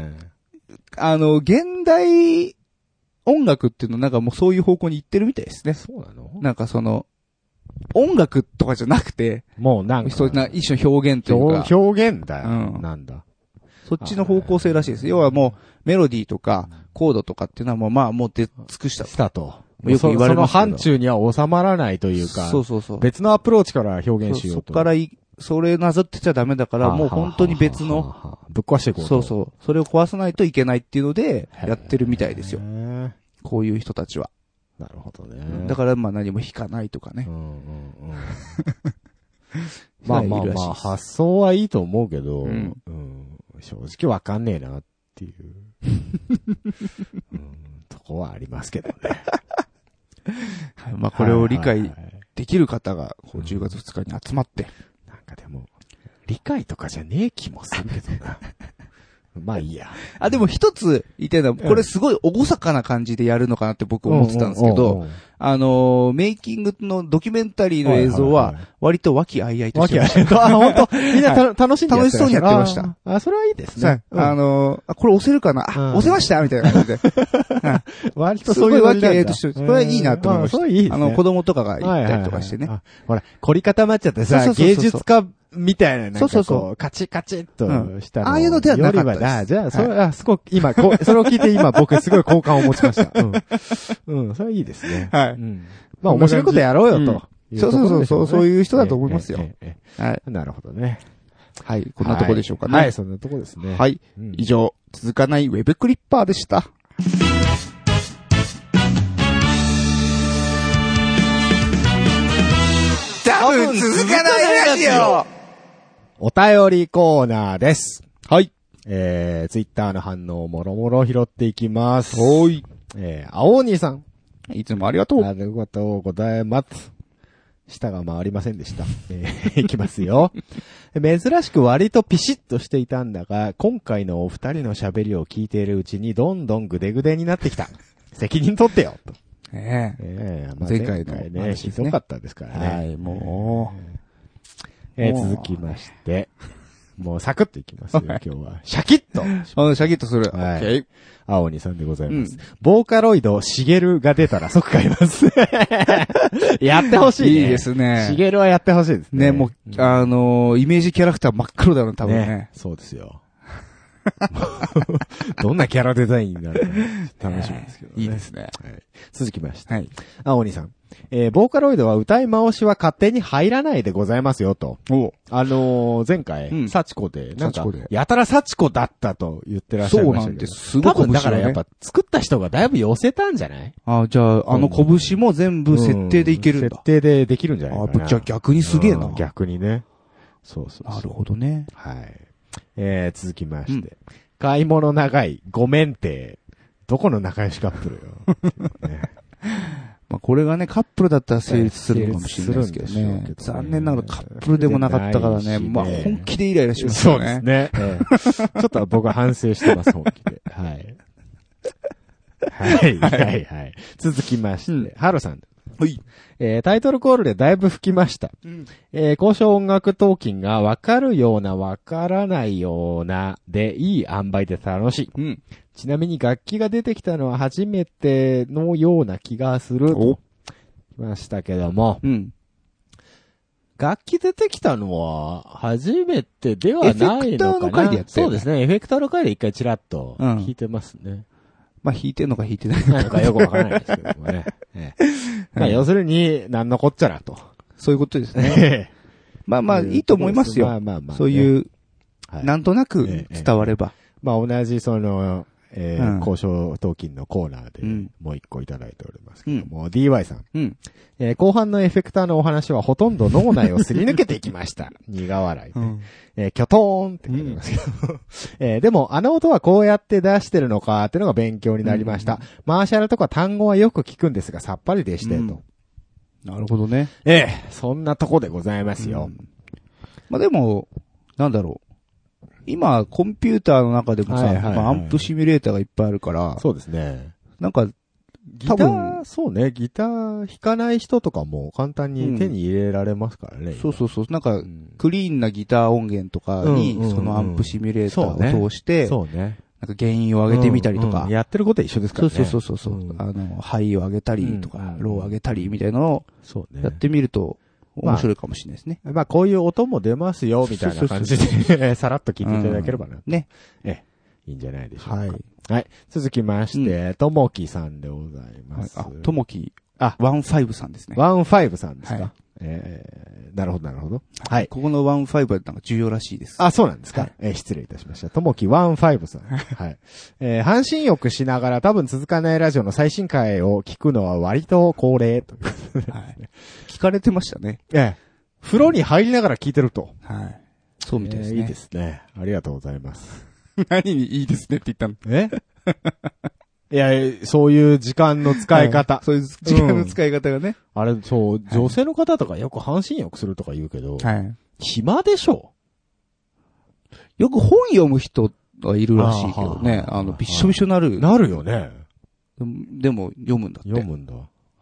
現代音楽っていうのなんかもうそういう方向に行ってるみたいですね。 そうなの？ なんかその、音楽とかじゃなくて、 もうなんか、 一種の表現というか。 表現だよ。なんだ。 そっちの方向性らしいです。要はもう、メロディーとか、コードとかっていうのはもう、まあ、もう出尽くした。 したと。 よく言われますけど。 その範疇には収まらないというか、 そう。 別のアプローチから表現しようと。 そっからそれなぞってちゃダメだから、もう本当に別の。 ぶっ壊していこうと。 そう。それを壊さないといけないっていうので、やってるみたいですよ。こういう人たちは。 なるほどね。 だからまあ何も弾かないとかね。 まあ、発想はいいと思うけど、正直わかんねえなっていう、とこはありますけどね。 まあこれを理解できる方が10月2日に集まって。 なんかでも、理解とかじゃねえ気もするけどな。まあいいや。 でも一つ言いたいのは、これすごい厳かな感じでやるのかなって僕思ってたんですけど、メイキングのドキュメンタリーの映像は、割と和気あいあいとしてました。 本当みんな楽しんで楽しそうにやってました。 それはいいですね。 これ押せるかな押せましたみたいな感じで。 割とそういう和気あいあいとして、これはいいなと思いました。 それいいですね。 子供とかが行ったりとかしてね。 ほら、凝り固まっちゃってさ、芸術家みたいな、なんかそう。 カチカチっとしたの。 ああいうのではなかったです。 じゃあ、すごく、今、それを聞いて今僕すごい好感を持ちました。それはいいですね。 はい。 まあ面白いことやろうよと。 そういう人だと思いますよ。 はい。なるほどね。 はい、こんなとこでしょうかね。 はい、そんなとこですね。 はい、以上、続かないウェブクリッパーでした。多分続かないラジオ。 お便りコーナーです。 はい。 ツイッターの反応をもろもろ拾っていきます。 はい。 青鬼さん。 いつもありがとう。 ありがとうございます。舌が回りませんでした。いきますよ。珍しく割とピシッとしていたんだが、今回のお二人の喋りを聞いているうちにどんどんグデグデになってきた。責任取ってよと。 まあ、前回ね、ひどかったですからね。 はい、もう。続きまして、もうサクッといきますよ、今日は。シャキッとシャキッとする。 はい。青鬼さんでございます。ボーカロイド、シゲルが出たら即買います。やってほしいね。 いいですね。 シゲルはやってほしいですね。 ね、もう、イメージキャラクター真っ黒だろ、多分ね。 そうですよ。どんなキャラデザインになるか楽しみですけどね。 いいですね。 続きまして。 はい。 青鬼さん。ボーカロイドは歌い回しは勝手に入らないでございますよと。前回、サチコで、なんか、やたらサチコだったと言ってらっしゃいましたけど。そうなんです。 すごく面白い。 多分だからやっぱ作った人がだいぶ寄せたんじゃない？ じゃあ、拳も全部設定でいけるんだ。 設定でできるんじゃないかな。 じゃあ逆にすげえな。 逆にね。そうそう。 なるほどね。 はい。続きまして。買い物長い、ごめんて。どこの仲良しカップルよ。ねまあこれがね、カップルだったら成立するのかもしれないですけどね。残念ながらカップルでもなかったからね。まあ本気でイライラしますよね。 そうですね。ちょっと僕は反省してます、本気で。はい。はい。続きまして、ハロさん。 はい。 タイトルコールでだいぶ吹きました。交渉音楽トーキンがわかるようなわからないようなでいい塩梅で楽しい。ちなみに楽器が出てきたのは初めてのような気がするとましたけども、楽器出てきたのは初めてではないのかな。エフェクターの回でやってそうですね。エフェクターの回で一回チラッと弾いてますね。 まあ弾いてんのか弾いてないのかよくわからないですけどもね。まあ要するに何のこっちゃらと。 そういうことですね。まあいいと思いますよ。そういう、なんとなく伝われば。 まあ同じ交渉トーキンのコーナーでもう一個いただいておりますけども、DY さん。後半のエフェクターのお話はほとんど脳内をすり抜けていきました。苦笑い。キョトーンって書いてますけど。でもあの音はこうやって出してるのかっていうのが勉強になりました。マーシャルとか単語はよく聞くんですがさっぱりでしてと。 なるほどね。 そんなとこでございますよ。 まあでも、なんだろう。今、コンピューターの中でもさ、アンプシミュレーターがいっぱいあるから、 そうですね。 なんか、 ギター、そうね、ギター弾かない人とかも簡単に手に入れられますからね。 そう。なんか、クリーンなギター音源とかに、そのアンプシミュレーターを通して、 そうね。 なんか原因を上げてみたりとか。 やってることは一緒ですからね。 そう。ハイを上げたりとか、ローを上げたりみたいなのを、やってみると、面白いかもしれないですね。 まあこういう音も出ますよ、みたいな感じで、さらっと聞いていただければな。 ね。 いいんじゃないでしょうか。はい。続きまして、ともきさんでございます。 ともき、15さんですね。 15さんですか。なるほど。はい。 ここの15はなんか重要らしいです。 そうなんですか。失礼いたしました。ともき15さん。はい。半身浴しながら多分続かないラジオの最新回を聞くのは割と恒例ということで。 聞かれてましたね。 風呂に入りながら聞いてると。 はい。そうみたいですね。 いいですね。ありがとうございます。 何にいいですねって言ったの？ いや、そういう時間の使い方。 そういう時間の使い方がね。 あれ、そう、女性の方とかよく半身浴するとか言うけど、暇でしょ？ よく本読む人がいるらしいけどね。びっしょびしょなる。 なるよね。 でも、読むんだって。 読むんだ。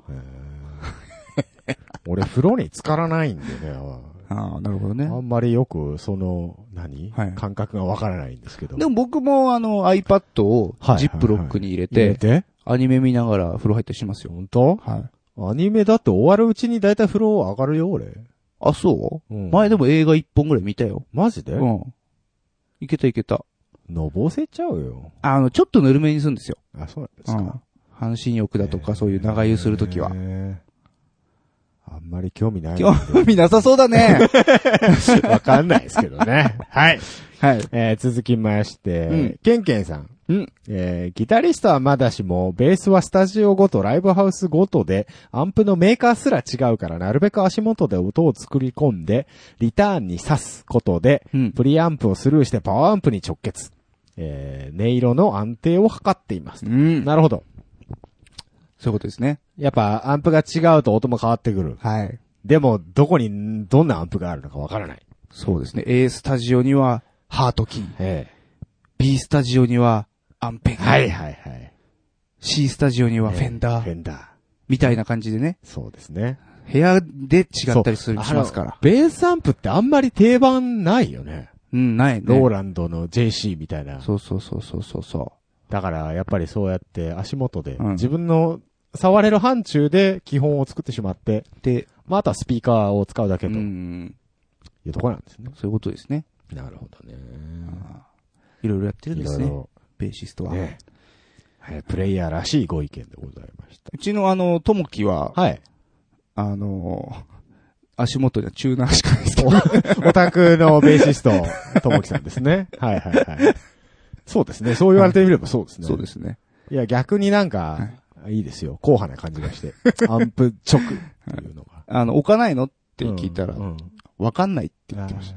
俺、風呂に浸からないんでね。 なるほどね。 あんまりよく、感覚がわからないんですけど。 でも僕もiPad をジップロックに入れて、アニメ見ながら風呂入ったりしますよ。 本当？アニメだって終わるうちにだいたい風呂上がるよ、俺。 そう？前でも映画1本ぐらい見たよ。 マジで？ いけた。 のぼせちゃうよ。 ちょっとぬるめにするんですよ。 そうなんですか。 半身浴だとかそういう長湯するときは。 あんまり興味ない。 興味なさそうだね。 わかんないですけどね。はい。 はい。 続きまして、ケンケンさん。ギタリストはまだしも、ベースはスタジオごと、ライブハウスごとで、アンプのメーカーすら違うから、なるべく足元で音を作り込んで、リターンに挿すことで、プリアンプをスルーしてパワーアンプに直結。音色の安定を図っています。なるほど。 そういうことですね。 やっぱ、アンプが違うと音も変わってくる。 はい。 でも、どこに、どんなアンプがあるのかわからない。 そうですね。A スタジオには、ハートキー。B スタジオには、アンペン。 はいはいはい。 C スタジオにはフェンダー。 フェンダー。 みたいな感じでね。 そうですね。 部屋で違ったりしますから。 ベースアンプってあんまり定番ないよね。 ないね。 ローランドの JC みたいな。 そう。 だから、やっぱりそうやって足元で、自分の触れる範疇で基本を作ってしまって、で、まあ、あとはスピーカーを使うだけと。いうところなんですね。 そういうことですね。 なるほどね。 いろいろやってるんですね。ベーシストは。ね。 プレイヤーらしいご意見でございました。 うちのともきは、はい。足元にはチューナーしかないですけど。オタクのベーシスト、ともきさんですね。はいはいはい。そうですね。そう言われてみればそうですね。 そうですね。 いや、逆になんか、いいですよ。硬派な感じがして。アンプ直っていうのが。 置かないのって聞いたら、わかんないって言ってました。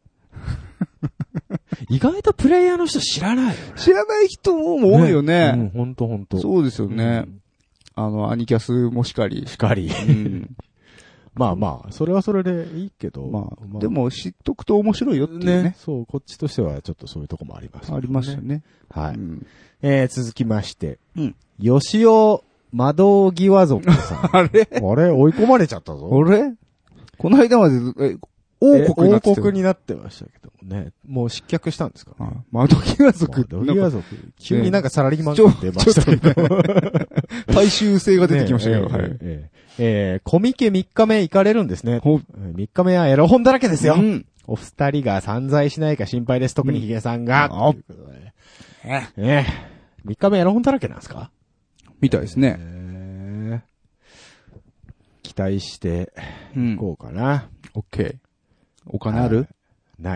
意外とプレイヤーの人知らないよね。 知らない人も多いよね。 ほんと。 そうですよね。アニキャスもしかり。 まあ、それはそれでいいけど。 まあ、でも知っとくと面白いよっていうね。 そう、こっちとしてはちょっとそういうとこもありますね。 ありますよね。 はい。続きまして。吉尾窓際族さん。 あれ追い込まれちゃったぞ。 この間まで、王国になってましたけどもね。もう失脚したんですかね。 窓際族。 窓際族。急になんかサラリーマン感出ましたけど。 大衆性が出てきましたけど。はい。 コミケ3日目行かれるんですね。3日目はエロ本だらけですよ。お二人が散財しないか心配です。特にヒゲさんが。ということで3日目エロ本だらけなんですか？ みたいですね。 期待していこうかな。 オッケー。お金ある？ ない。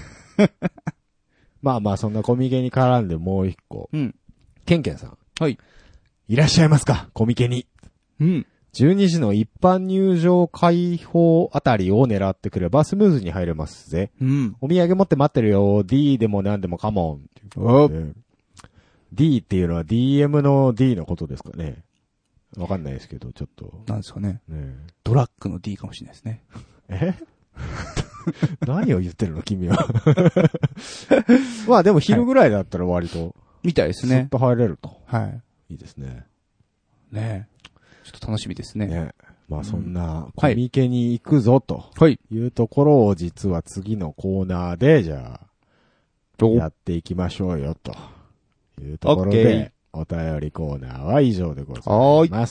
まあ、そんなコミケに絡んでもう一個。ケンケンさん。 はい。 いらっしゃいますか？コミケに。12時の一般入場開放あたりを狙ってくればスムーズに入れますぜ。お土産持って待ってるよ。D でも何でもカモン。D っていうのは DM の D のことですかね。わかんないですけど、ちょっと。 なんですかね。ドラッグの D かもしれないですね。 何を言ってるの君は。まあでも昼ぐらいだったら割と。 みたいですね。 ずっと入れると。 はい。 いいですね。 ねえ。ちょっと楽しみですね。 まあそんなコミケに行くぞと。いうところを実は次のコーナーで、じゃあ、やっていきましょうよと。いうところで、お便りコーナーは以上でございます。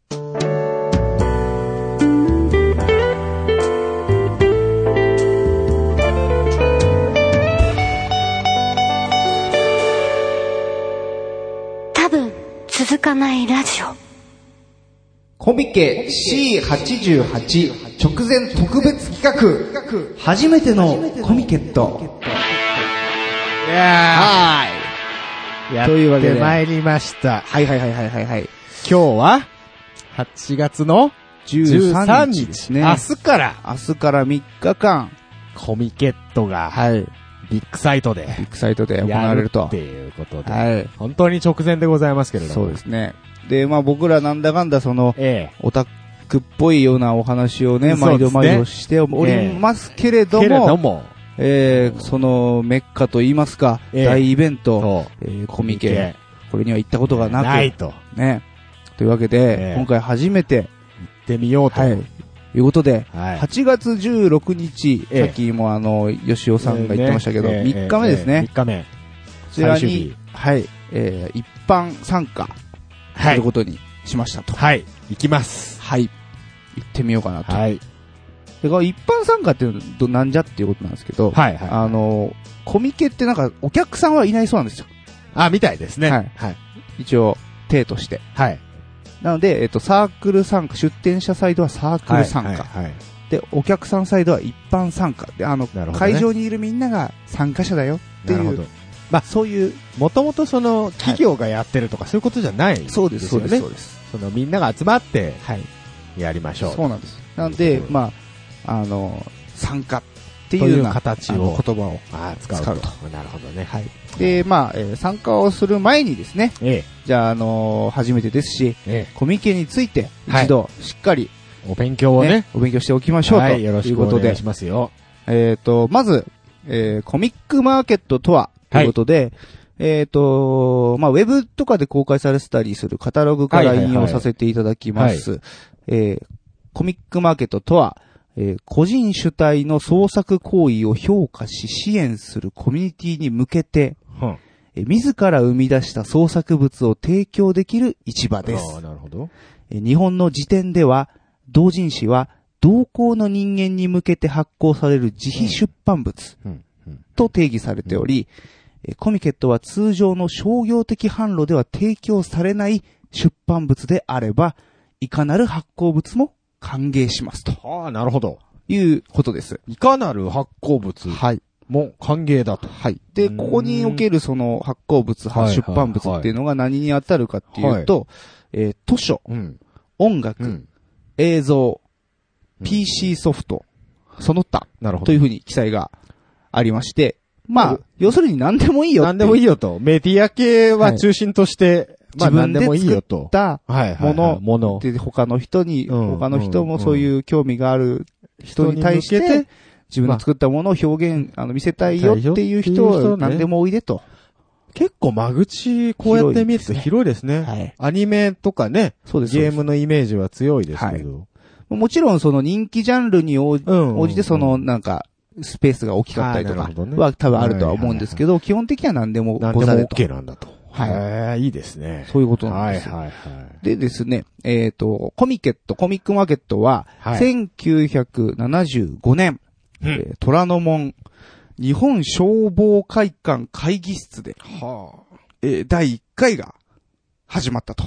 多分続かないラジオ。 コミケ C88 直前特別企画。初めてのコミケット。 やってまいりました。 はい。 今日は8月の13日ですね。明日から 3日間コミケットがビッグサイトで行われるとっていうことで、本当に直前でございますけれども。 そうですね。で、まあ僕らなんだかんだオタクっぽいようなお話をね、毎度しておりますけれども、そのメッカと言いますか、大イベント、コミケ、これには行ったことがないと。ね。というわけで、今回初めて行ってみようと。 いうことで、8月16日、さっきも吉尾さんが言ってましたけど、3日目ですね。 3日目。 こちらに、一般参加することにしましたと。 行きます。 行ってみようかなと。で、一般参加っていうのはなんじゃっていうことなんですけど、コミケってなんかお客さんはいないそうなんですよ。 みたいですね。 一応、体として。 なので、サークル参加、出展者サイドはサークル参加。はいはいはい、で、お客さんサイドは一般参加。で、ね、会場にいるみんなが参加者だよっていう。なるほど。 まあ、そういう、もともとその、企業がやってるとか、そういうことじゃないですよね。 そうです、そうです、そうです。 その、みんなが集まって、はい。やりましょう。 そうなんです。なので、まあ、参加っていうような形を、 言葉を使うと。 なるほどね。 はい。で、まあ、参加をする前にですね、じゃあ、初めてですし、コミケについて、一度、しっかり、 お勉強をね、 お勉強しておきましょうと。はい、 よろしくお願いしますよ。 まず、コミックマーケットとは、ということで、まあ、ウェブとかで公開されてたりするカタログから引用させていただきます。コミックマーケットとは、個人主体の創作行為を評価し支援するコミュニティに向けて、自ら生み出した創作物を提供できる市場です。 なるほど。 日本の時点では、同人誌は同行の人間に向けて発行される自費出版物と定義されており、コミケットは通常の商業的販路では提供されない出版物であれば、いかなる発行物も歓迎しますと。 ああ、なるほど。 いうことです。 いかなる発行物も歓迎だと。 はい。で、ここにおけるその発行物、出版物っていうのが何に当たるかっていうと、図書、音楽、映像、PC ソフト、その他というふうに記載がありまして、まあ、要するに何でもいいよ。 何でもいいよと。メディア系は中心として、 まあ何でもいいよと。自分で作ったもの。で、他の人もそういう興味がある人に対して、自分の作ったものを表現、見せたいよっていう人は何でもおいでと。 結構間口こうやって見ると広いですね。はい。アニメとかね。そうです。ゲームのイメージは強いですけど。 もちろんその人気ジャンルに応じてそのなんか、スペースが大きかったりとかは多分あるとは思うんですけど、基本的には何でもござれと。 何でも OK なんだと。はい。いいですね。 そういうことなんです。でですね、コミックマーケットは、1975年、虎ノ門、日本消防会館会議室で、第1回が始まったと。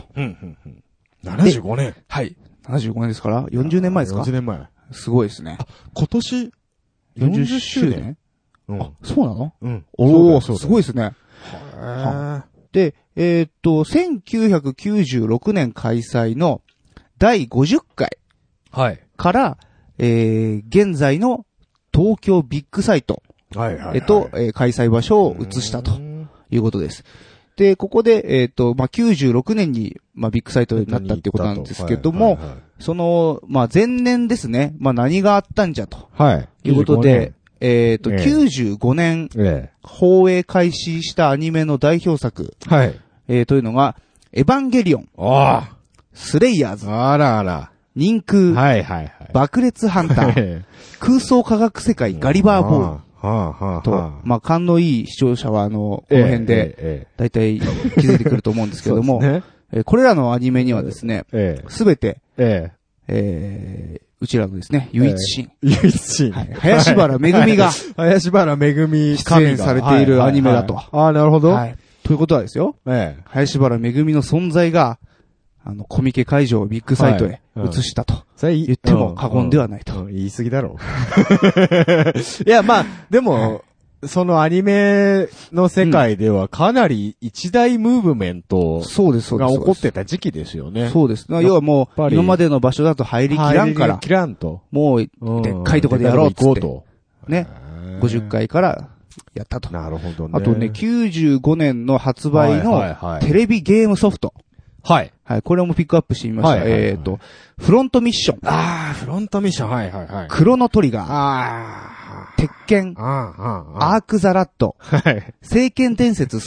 75年。 はい。75年ですから、40年前ですか ?40 年前。 すごいですね。 今年、40周年あ、そうなのおー、すごいですね。で、1996年開催の第50回から、現在の東京ビッグサイト開催場所を移したということです。で、ここで、96年に、ビッグサイトになったっていうことなんですけども、その、前年ですね、何があったんじゃと。いうことで、95年、放映開始したアニメの代表作、というのが、エヴァンゲリオン、スレイヤーズ、人空、爆裂ハンター、空想科学世界ガリバーボーイ、と、勘のいい視聴者はこの辺で、だいたい気づいてくると思うんですけども、これらのアニメにはですね、すべて、うちらのですね、唯一神。林原めぐみが、 林原めぐみ出演されているアニメだと。 なるほど。 ということはですよ、林原めぐみの存在が、コミケ会場をビッグサイトへ移したと。言っても過言ではないと。 言い過ぎだろう。いや、でも、そのアニメの世界ではかなり一大ムーブメントが起こってた時期ですよね。 そうです。要はもう、今までの場所だと入りきらんから。もう、でっかいとこでやろうっつって。ね。50回からやったと。 なるほどね。 あとね、95年の発売のテレビゲームソフト。はい。これもピックアップしてみました。フロントミッション。 フロントミッション。 クロノトリガー。鉄拳。アークザラット。聖剣伝説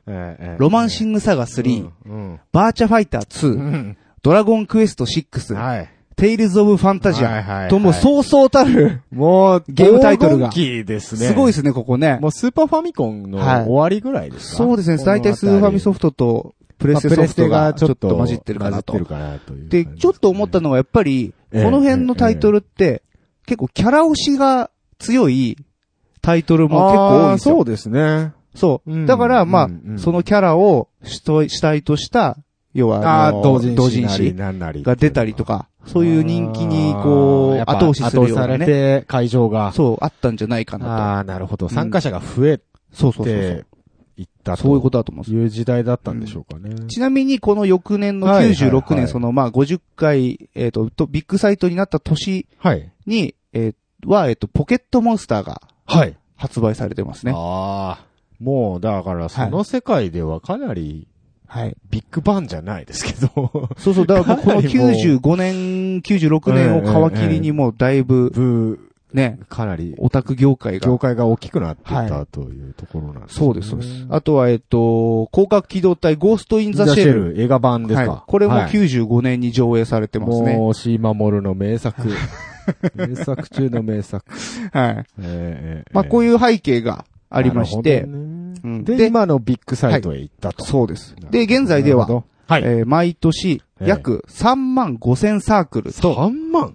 3。ロマンシングサガ3。バーチャファイター2。ドラゴンクエスト6。テイルズオブファンタジア。ともそうそうたる。 もう、 ゲームタイトルが。 すごいですね、ここね。 もうスーパーファミコンの終わりぐらいですか？ そうですね、大体スーファミソフトと、プレステソフトがちょっと混じってるかなと。で、ちょっと思ったのはやっぱり、この辺のタイトルって、結構キャラ推しが強いタイトルも結構多いんですよ。 そうですね。 そう。だからそのキャラを主体とした要は同人誌が出たりとか、そういう人気にこう、後押しするようなね。 後押されて会場が。 そう、あったんじゃないかなと。 ああ、なるほど。参加者が増えて、いったと。 そういうことだと思うんです。 いう時代だったんでしょうかね。 ちなみに、この翌年の96年、まあ、50回、ビッグサイトになった年に、ポケットモンスターが、発売されてますね。 ああ。もう、だから、その世界ではかなり、ビッグバンじゃないですけど。 そうそう、だからこの95年、96年を皮切りにもうだいぶ、ね。 かなり。 オタク業界が大きくなっていたというところなんですね。 そうです、そうです。あとは、広角機動隊ゴーストインザシェル。 映画版ですか。 これも95年に上映されてますね。 もう、シーマモルの名作。名作中の名作。 はい。まあ、こういう背景がありまして、 で、今のビッグサイトへ行ったと。 そうです。で、現在では、毎年、約3万5千サークルと、 3万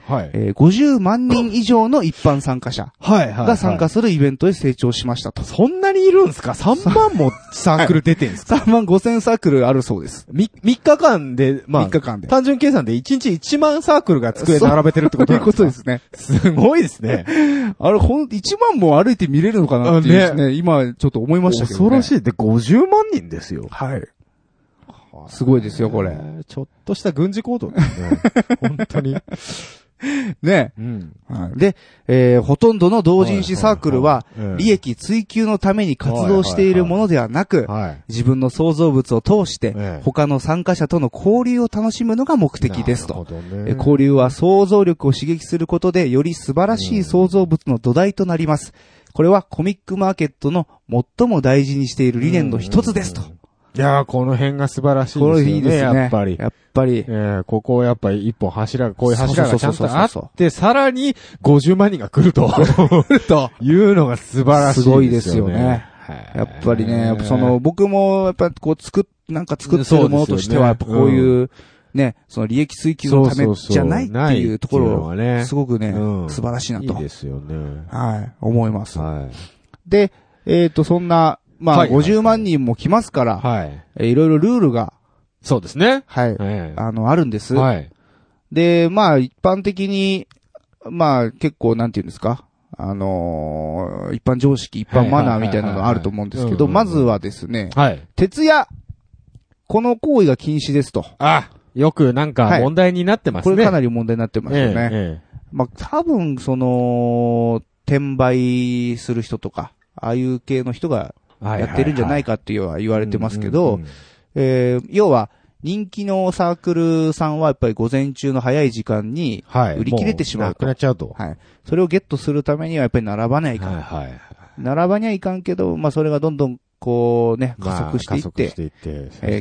50万人以上の一般参加者が参加するイベントで成長しましたと。 そんなにいるんですか ?3 万もサークル出てんですか、 3万5千サークルあるそうです。 3日間で、まあ、3日間で。単純計算で1日1万サークルが机並べてるってことなんですか？ そういうことですね。 すごいですね。 あれ、1万も歩いて見れるのかなっていうね、今ちょっと思いましたけどね。 恐ろしい。で、50万人ですよ。 はい。すごいですよ、これ。 ちょっとした軍事行動ですね。本当に。 ね。で、ほとんどの同人誌サークルは、利益追求のために活動しているものではなく、自分の創造物を通して、他の参加者との交流を楽しむのが目的ですと。交流は想像力を刺激することで、より素晴らしい創造物の土台となります。これはコミックマーケットの最も大事にしている理念の一つですと。 いやー、この辺が素晴らしいですよね。これいいですね。やっぱり。ここやっぱり一本柱が、こういう柱がちゃんとあって、さらに50万人が来ると。いうのが素晴らしいですよね。 すごいですよね。やっぱりね、僕もやっぱこう作ってるものとしては、やっぱこういう、ね、その利益追求のためじゃないっていうところはね、すごくね、素晴らしいなと。 いいですよね。 はい、思います。で、そんな、まあ、50万人も来ますから、いろいろルールが、 そうですね。 はい。あるんです。で、まあ、一般的に、まあ、結構、なんていうんですか、一般常識、一般マナーみたいなのがあると思うんですけど、まずはですね、徹夜、この行為が禁止ですと。 よくなんか問題になってますね。 これかなり問題になってますよね。まあ、多分、転売する人とか、ああいう系の人が、やってるんじゃないかって言われてますけど、要は人気のサークルさんはやっぱり午前中の早い時間に売り切れてしまうと。 なくなっちゃうと。 それをゲットするためにはやっぱり並ばないかん。並ばにはいかんけど、まあそれがどんどんこうね、加速していって、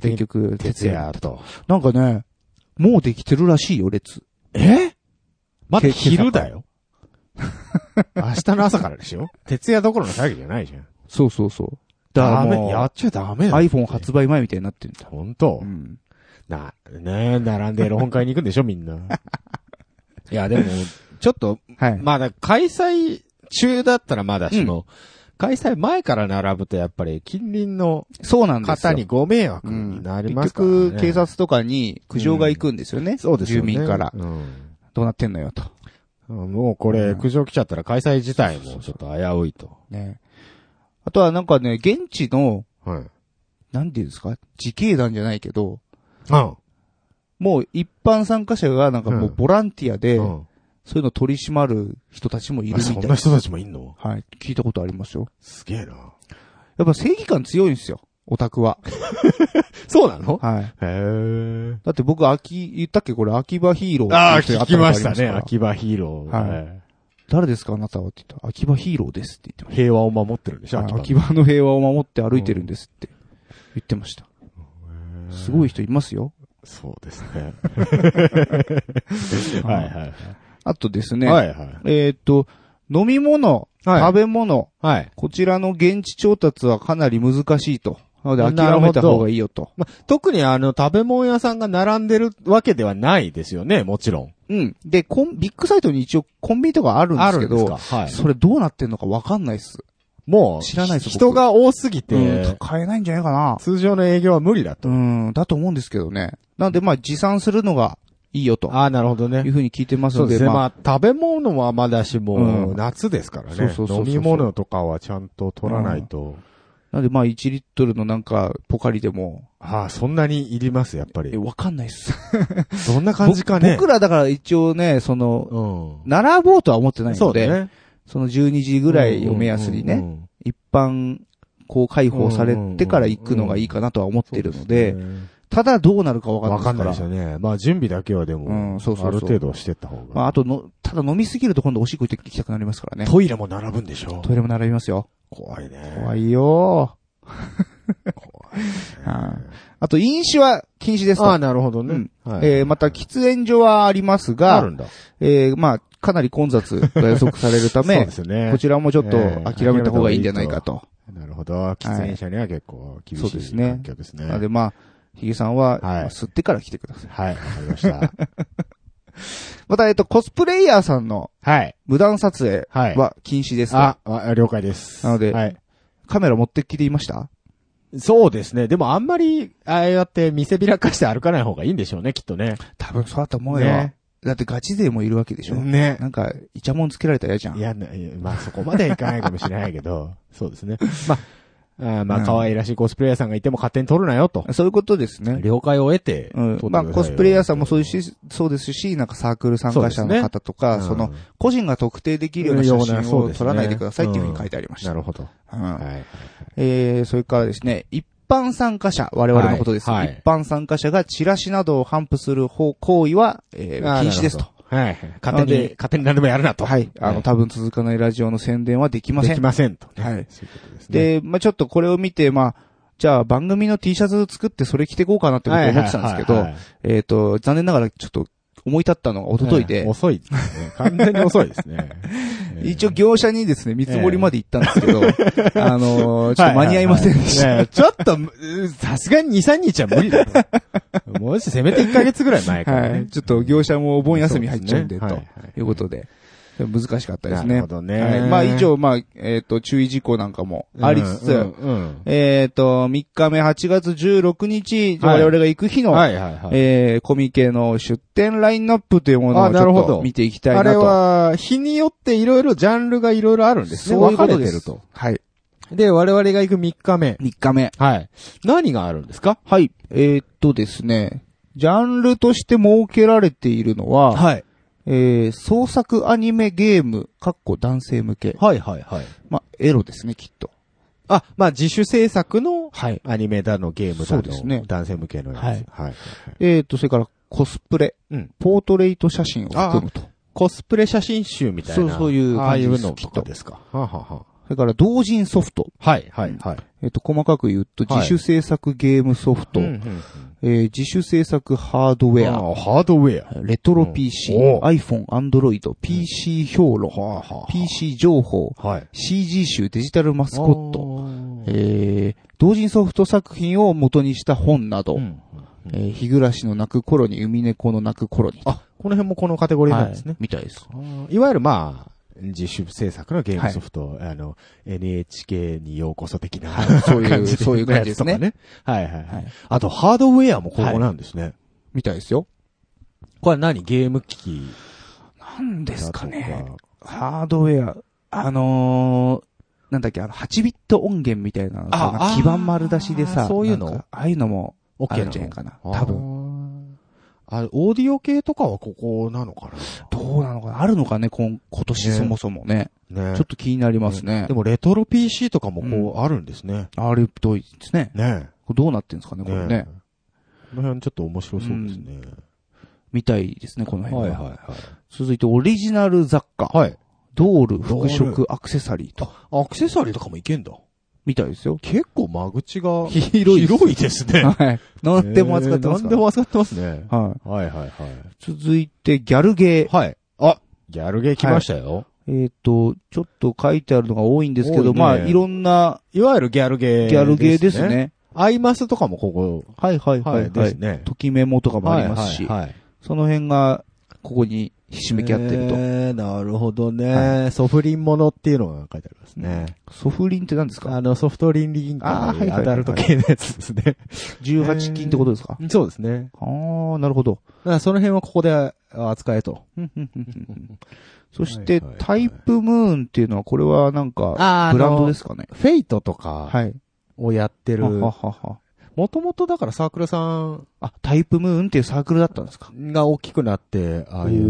結局徹夜と。なんかね、もうできてるらしいよ、列。 まだ昼だよ。明日の朝からでしょ？徹夜どころの騒ぎじゃないじゃん。 そうそうそう。 ダメ、やっちゃダメだ。 iPhone 発売前みたいになってるんだ。 ほんと？並んでエロ本買いに行くんでしょ、みんな。いや、でも、ちょっと、まだ開催中だったらまだ開催前から並ぶとやっぱり近隣の方にご迷惑になりますからね。 結局、警察とかに苦情が行くんですよね。 そうですよね。 住民から。どうなってんのよと。 もうこれ、苦情来ちゃったら開催自体もちょっと危ういと。 ね。あとはなんかね、現地の、なんていうんですか、自警団じゃないけど、もう一般参加者がなんかもうボランティアで、そういうの取り締まる人たちもいるみたいな。 そんな人たちもいんの？ はい。聞いたことありますよ。 すげえな。 やっぱ正義感強いんですよ、オタクは。 そうなの？ はい。 へー。 だって僕、言ったっけこれ、秋葉ヒーローって聞きましたね、秋葉ヒーロー。 はい。誰ですかあなたはって言ったら、秋葉ヒーローですって言ってました。 平和を守ってるんでしょ？ 秋葉の平和を守って歩いてるんですって言ってました。すごい人いますよ。 そうですね。はいはい。 あとですね。飲み物、食べ物、こちらの現地調達はかなり難しいと。なので諦めた方がいいよと。 特に食べ物屋さんが並んでるわけではないですよね、もちろん。 うん。で、ビッグサイトに一応コンビニとかあるんですけど、それどうなってんのかわかんないっす。 もう、 知らないです人が多すぎて、 買えないんじゃないかな。 通常の営業は無理だと。 だと思うんですけどね。なんでまあ持参するのがいいよと。 なるほどね。 いうふうに聞いてますので。 そうですね。まあ、食べ物はまだしも、夏ですからね。飲み物とかはちゃんと取らないと。 なんでまあ1リットルのなんかポカリでも。 そんなにいりますやっぱり。 わかんないっす。 どんな感じかね。 僕らだから一応ね、並ぼうとは思ってないので、ね、その12時ぐらいを目安にね、一般こう開放されてから行くのがいいかなとは思っているので、ただどうなるかわかんないですから。 わかんないですよね。まあ準備だけはでも、ある程度してった方が。 まああとただ飲みすぎると今度おしっこ行きたくなりますからね。 トイレも並ぶんでしょ。 トイレも並びますよ。 怖いね。 怖いよ怖い、あと飲酒は禁止ですと。 なるほどね。 また喫煙所はありますが、 あるんだ。 まあかなり混雑が予測されるため、 そうですね。 こちらもちょっと諦めた方がいいんじゃないかと。 なるほど。喫煙者には結構厳しい環境ですね。 なのでまあ、ヒゲさんは、吸ってから来てください。 はい、わかりました。 また、コスプレイヤーさんの、無断撮影は禁止ですか？ 了解です。 なので、カメラ持ってきていました？ そうですね。でもあんまり、ああやって見せびらかして歩かない方がいいんでしょうね、きっとね。 多分そうだと思うよ。ね、だってガチ勢もいるわけでしょ。ね。なんか、イチャモンつけられたら嫌じゃん。 いや、まあそこまではいかないかもしれないけど、そうですね。まあ可愛らしいコスプレイヤーさんがいても勝手に撮るなよと。 そういうことですね。 了解を得て。 まあコスプレイヤーさんもそうですし、なんかサークル参加者の方とか、その、個人が特定できるような写真を撮らないでくださいっていうふうに書いてありました。 なるほど。 それからですね、一般参加者、我々のことです。一般参加者がチラシなどを頒布する行為は、禁止ですと。 はい。勝手に何でもやるなと。 はい。多分続かないラジオの宣伝はできません。 できませんと。 はい。そういうことですね。で、まあちょっとこれを見て、まあじゃあ番組の T シャツ作ってそれ着てこうかなって僕思ってたんですけど、残念ながらちょっと思い立ったのが一昨日で。 遅いですね。完全に遅いですね。 一応業者にですね、見積もりまで行ったんですけど、ちょっと間に合いませんでした。 ちょっと、さすがに2、3日は無理だと。もしせめて1ヶ月ぐらい前からね。 ちょっと業者もお盆休み入っちゃうんで、ということで。難しかったですね。 なるほどね。 まあ以上、まあ、注意事項なんかもありつつ、3日目8月16日、我々が行く日の、コミケの出展ラインナップというものをちょっと見ていきたいなと。 あれは、日によっていろいろジャンルがいろいろあるんですね。 そういうことです。 分かれてると。はい。で、我々が行く3日目。 3日目。 はい。何があるんですか？ はい。ですね、ジャンルとして設けられているのは、はい。創作アニメゲーム、男性向け。 はいはいはい。 まあ、エロですね、きっと。 まあ自主制作の、アニメだのゲームだの、 そうですね。 男性向けのやつ。はい。 それからコスプレ、ポートレイト写真を含むと。 コスプレ写真集みたいな。 そういうああいうのきっとですか。 それから同人ソフト。 はい。 細かく言うと、自主制作ゲームソフト。自主制作ハードウェア。 ハードウェア。 レトロ PC、iPhone、Android、PC 評論、PC 情報、CG 集デジタルマスコット、同人ソフト作品を元にした本など、日暮らしの泣く頃に、海猫の泣く頃に。 この辺もこのカテゴリーなんですね。 みたいです。 いわゆるまあ、自主制作のゲームソフト、NHK にようこそ的な、 そういう感じですね。 はい。あと、ハードウェアもここなんですね。 みたいですよ。 これは何？ゲーム機器なんですかね。ハードウェア。なんだっけ、8ビット音源みたいなの基盤丸出しでさ、 そういうのああいうのも、あるんじゃないかな。多分。 オーディオ系とかはここなのかな？ どうなのかな？あるのかね、今年そもそもね。ちょっと気になりますね。 でもレトロ PC とかもこうあるんですね。 あるっぽいですね。 ね。 どうなってんですかね、これね。 この辺ちょっと面白そうですね。 みたいですね、この辺は。続いてオリジナル雑貨。ドール、服飾、アクセサリーと。 アクセサリーとかもいけんだ。 みたいですよ。 結構間口が広いですね。 はい。何でも扱ってます。 何でも扱ってますね。 はい。続いて、ギャルゲー。 はい。ギャルゲー来ましたよ。 ちょっと書いてあるのが多いんですけど、まあ、いろんな、 いわゆるギャルゲー。 ギャルゲーですね。 アイマスとかもここ。 はい。 ですね。 ときメモとかもありますし。その辺が、ここにひしめき合ってると。 なるほどね、はい。ソフリンものっていうのが書いてありますね。 ソフリンって何ですか？ ソフト倫理委員会に当たると系のやつですね。 18禁ってことですか？ そうですね。 なるほど。 だからその辺はここで扱えと。 そして、タイプムーンっていうのは、これはなんか、ブランドですかね。 フェイトとかをやってる。もともとだからサークルさん。 タイプムーンっていうサークルだったんですか？ が大きくなって、ああいう。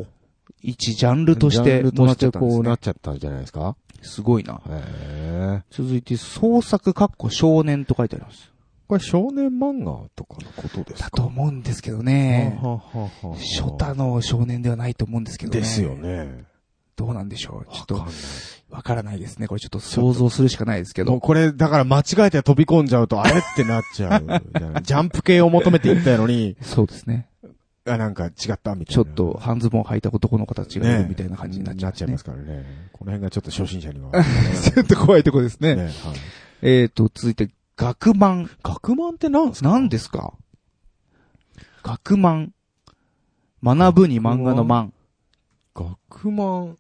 一ジャンルとして、 こうなっちゃったんじゃないですか？ すごいな。続いて、創作少年と書いてあります。 これ少年漫画とかのことですか？ だと思うんですけどね。初太の少年ではないと思うんですけどね。 ですよね。 どうなんでしょう。ちょっと、わからないですね。これちょっと想像するしかないですけど。もうこれ、だから間違えて飛び込んじゃうと、あれってなっちゃう。ジャンプ系を求めていったのに。 そうですね。 なんか違ったみたいな。 ちょっと、半ズボン履いた男の子たちがいるみたいな感じになっちゃう、 なっちゃいますからね。この辺がちょっと初心者には。 ちょっと怖いとこですね。続いて、学満。 学満って何ですか？ 何ですか？学満。学ぶに漫画の満。 学満。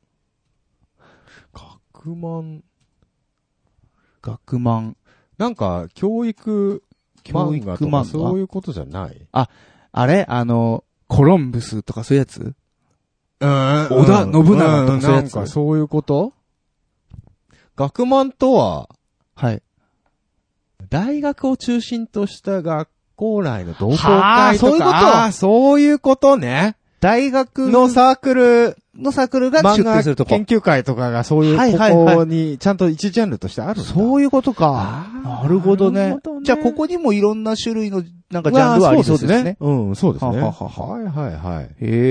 学満。 なんか、教育漫画とかそういうことじゃない？ あれコロンブスとかそういうやつ？織田信長とかそういうやつ？ なんかそういうこと？学満とは、 はい。 大学を中心とした学校内の同好会とか。そういうことね。 大学のサークルが出展するとこ。 研究会とかがそういうここにちゃんと一ジャンルとしてあるんだ。 そういうことか。なるほどね。じゃあここにもいろんな種類のなんかジャンルはありそうですね。 そうですね。 はい。